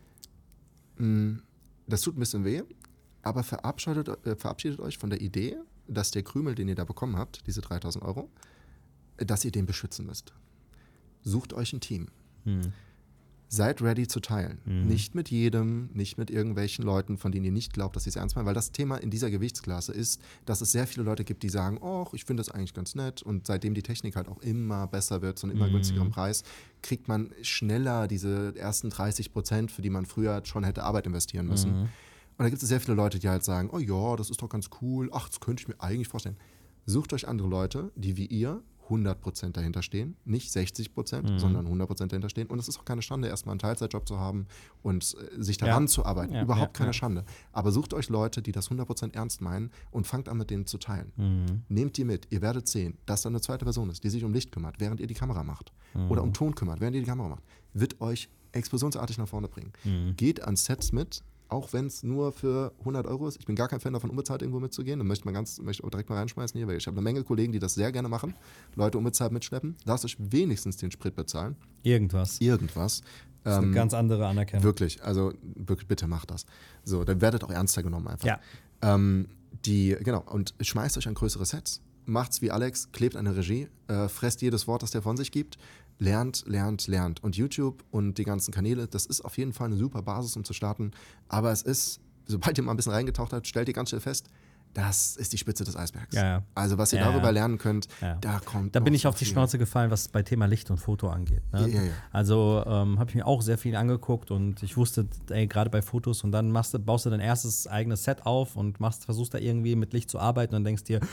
Das tut ein bisschen weh, aber verabschiedet euch von der Idee, dass der Krümel, den ihr da bekommen habt, diese 3.000 €, dass ihr den beschützen müsst. Sucht euch ein Team. Seid ready zu teilen. Nicht mit jedem, nicht mit irgendwelchen Leuten, von denen ihr nicht glaubt, dass sie es ernst meinen, weil das Thema in dieser Gewichtsklasse ist, dass es sehr viele Leute gibt, die sagen, oh, ich finde das eigentlich ganz nett, und seitdem die Technik halt auch immer besser wird, zu einem immer günstigeren Preis, kriegt man schneller diese ersten 30%, für die man früher schon hätte Arbeit investieren müssen. Und da gibt es sehr viele Leute, die halt sagen, oh ja, das ist doch ganz cool, ach, das könnte ich mir eigentlich vorstellen. Sucht euch andere Leute, die wie ihr 100% dahinter stehen, nicht 60%, sondern 100% dahinter stehen. Und es ist auch keine Schande, erstmal einen Teilzeitjob zu haben und sich daran zu arbeiten. Überhaupt keine Schande. Aber sucht euch Leute, die das 100% ernst meinen, und fangt an, mit denen zu teilen. Nehmt die mit. Ihr werdet sehen, dass da eine zweite Person ist, die sich um Licht kümmert, während ihr die Kamera macht. Oder um Ton kümmert, während ihr die Kamera macht. Wird euch explosionsartig nach vorne bringen. Geht an Sets mit, auch wenn es nur für 100 € ist. Ich bin gar kein Fan davon, unbezahlt irgendwo mitzugehen. Da möchte ich auch direkt mal reinschmeißen hier, weil ich habe eine Menge Kollegen, die das sehr gerne machen. Leute unbezahlt mitschleppen. Lasst euch wenigstens den Sprit bezahlen. Irgendwas. Das ist eine ganz andere Anerkennung. Wirklich, also wirklich, bitte macht das. So, dann werdet auch ernster genommen einfach. Ja. Und schmeißt euch an größere Sets. Macht's wie Alex, klebt eine Regie, fresst jedes Wort, das der von sich gibt. Lernt. Und YouTube und die ganzen Kanäle, das ist auf jeden Fall eine super Basis, um zu starten. Aber es ist, sobald ihr mal ein bisschen reingetaucht habt, stellt ihr ganz schnell fest, das ist die Spitze des Eisbergs. Ja. Also was ihr darüber lernen könnt, da bin ich auf die Schnauze gefallen, was bei Thema Licht und Foto angeht. Ne? Ja. Also habe ich mir auch sehr viel angeguckt und ich wusste, gerade bei Fotos, und dann baust du dein erstes eigenes Set auf und versuchst da irgendwie mit Licht zu arbeiten und denkst dir,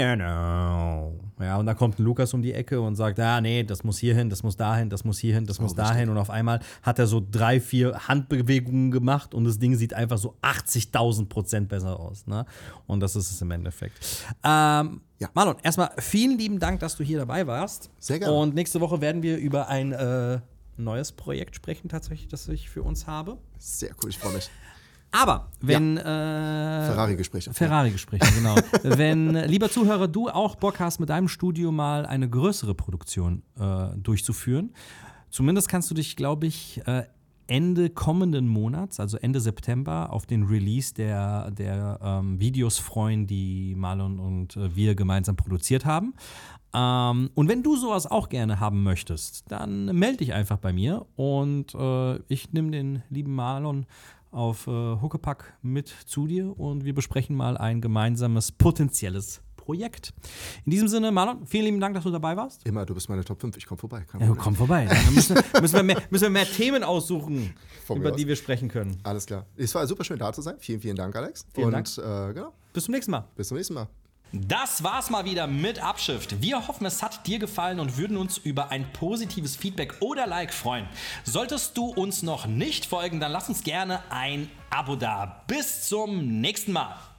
no. Ja, und dann kommt ein Lukas um die Ecke und sagt, nee, das muss hier hin, das muss dahin, das muss hier hin, das muss dahin. Und auf einmal hat er so 3-4 Handbewegungen gemacht und das Ding sieht einfach so 80.000% besser aus. Ne? Und das ist es im Endeffekt. Marlon, erstmal vielen lieben Dank, dass du hier dabei warst. Sehr gerne. Und nächste Woche werden wir über ein neues Projekt sprechen, tatsächlich, das ich für uns habe. Sehr cool, ich freue mich. Aber wenn Ferrari-Gespräche, genau. Wenn, lieber Zuhörer, du auch Bock hast, mit deinem Studio mal eine größere Produktion durchzuführen, zumindest kannst du dich, glaube ich, Ende kommenden Monats, also Ende September, auf den Release der Videos freuen, die Marlon und wir gemeinsam produziert haben. Und wenn du sowas auch gerne haben möchtest, dann melde dich einfach bei mir und ich nehme den lieben Marlon auf Huckepack mit zu dir und wir besprechen mal ein gemeinsames potenzielles Projekt. In diesem Sinne, Marlon, vielen lieben Dank, dass du dabei warst. Immer, du bist meine Top 5, ich komme vorbei. Ja, komm vorbei. Dann müssen wir mehr Themen aussuchen, über die wir sprechen können. Alles klar. Es war super schön, da zu sein. Vielen, vielen Dank, Alex. Vielen Dank. Genau. Bis zum nächsten Mal. Bis zum nächsten Mal. Das war's mal wieder mit Abschrift. Wir hoffen, es hat dir gefallen und würden uns über ein positives Feedback oder Like freuen. Solltest du uns noch nicht folgen, dann lass uns gerne ein Abo da. Bis zum nächsten Mal.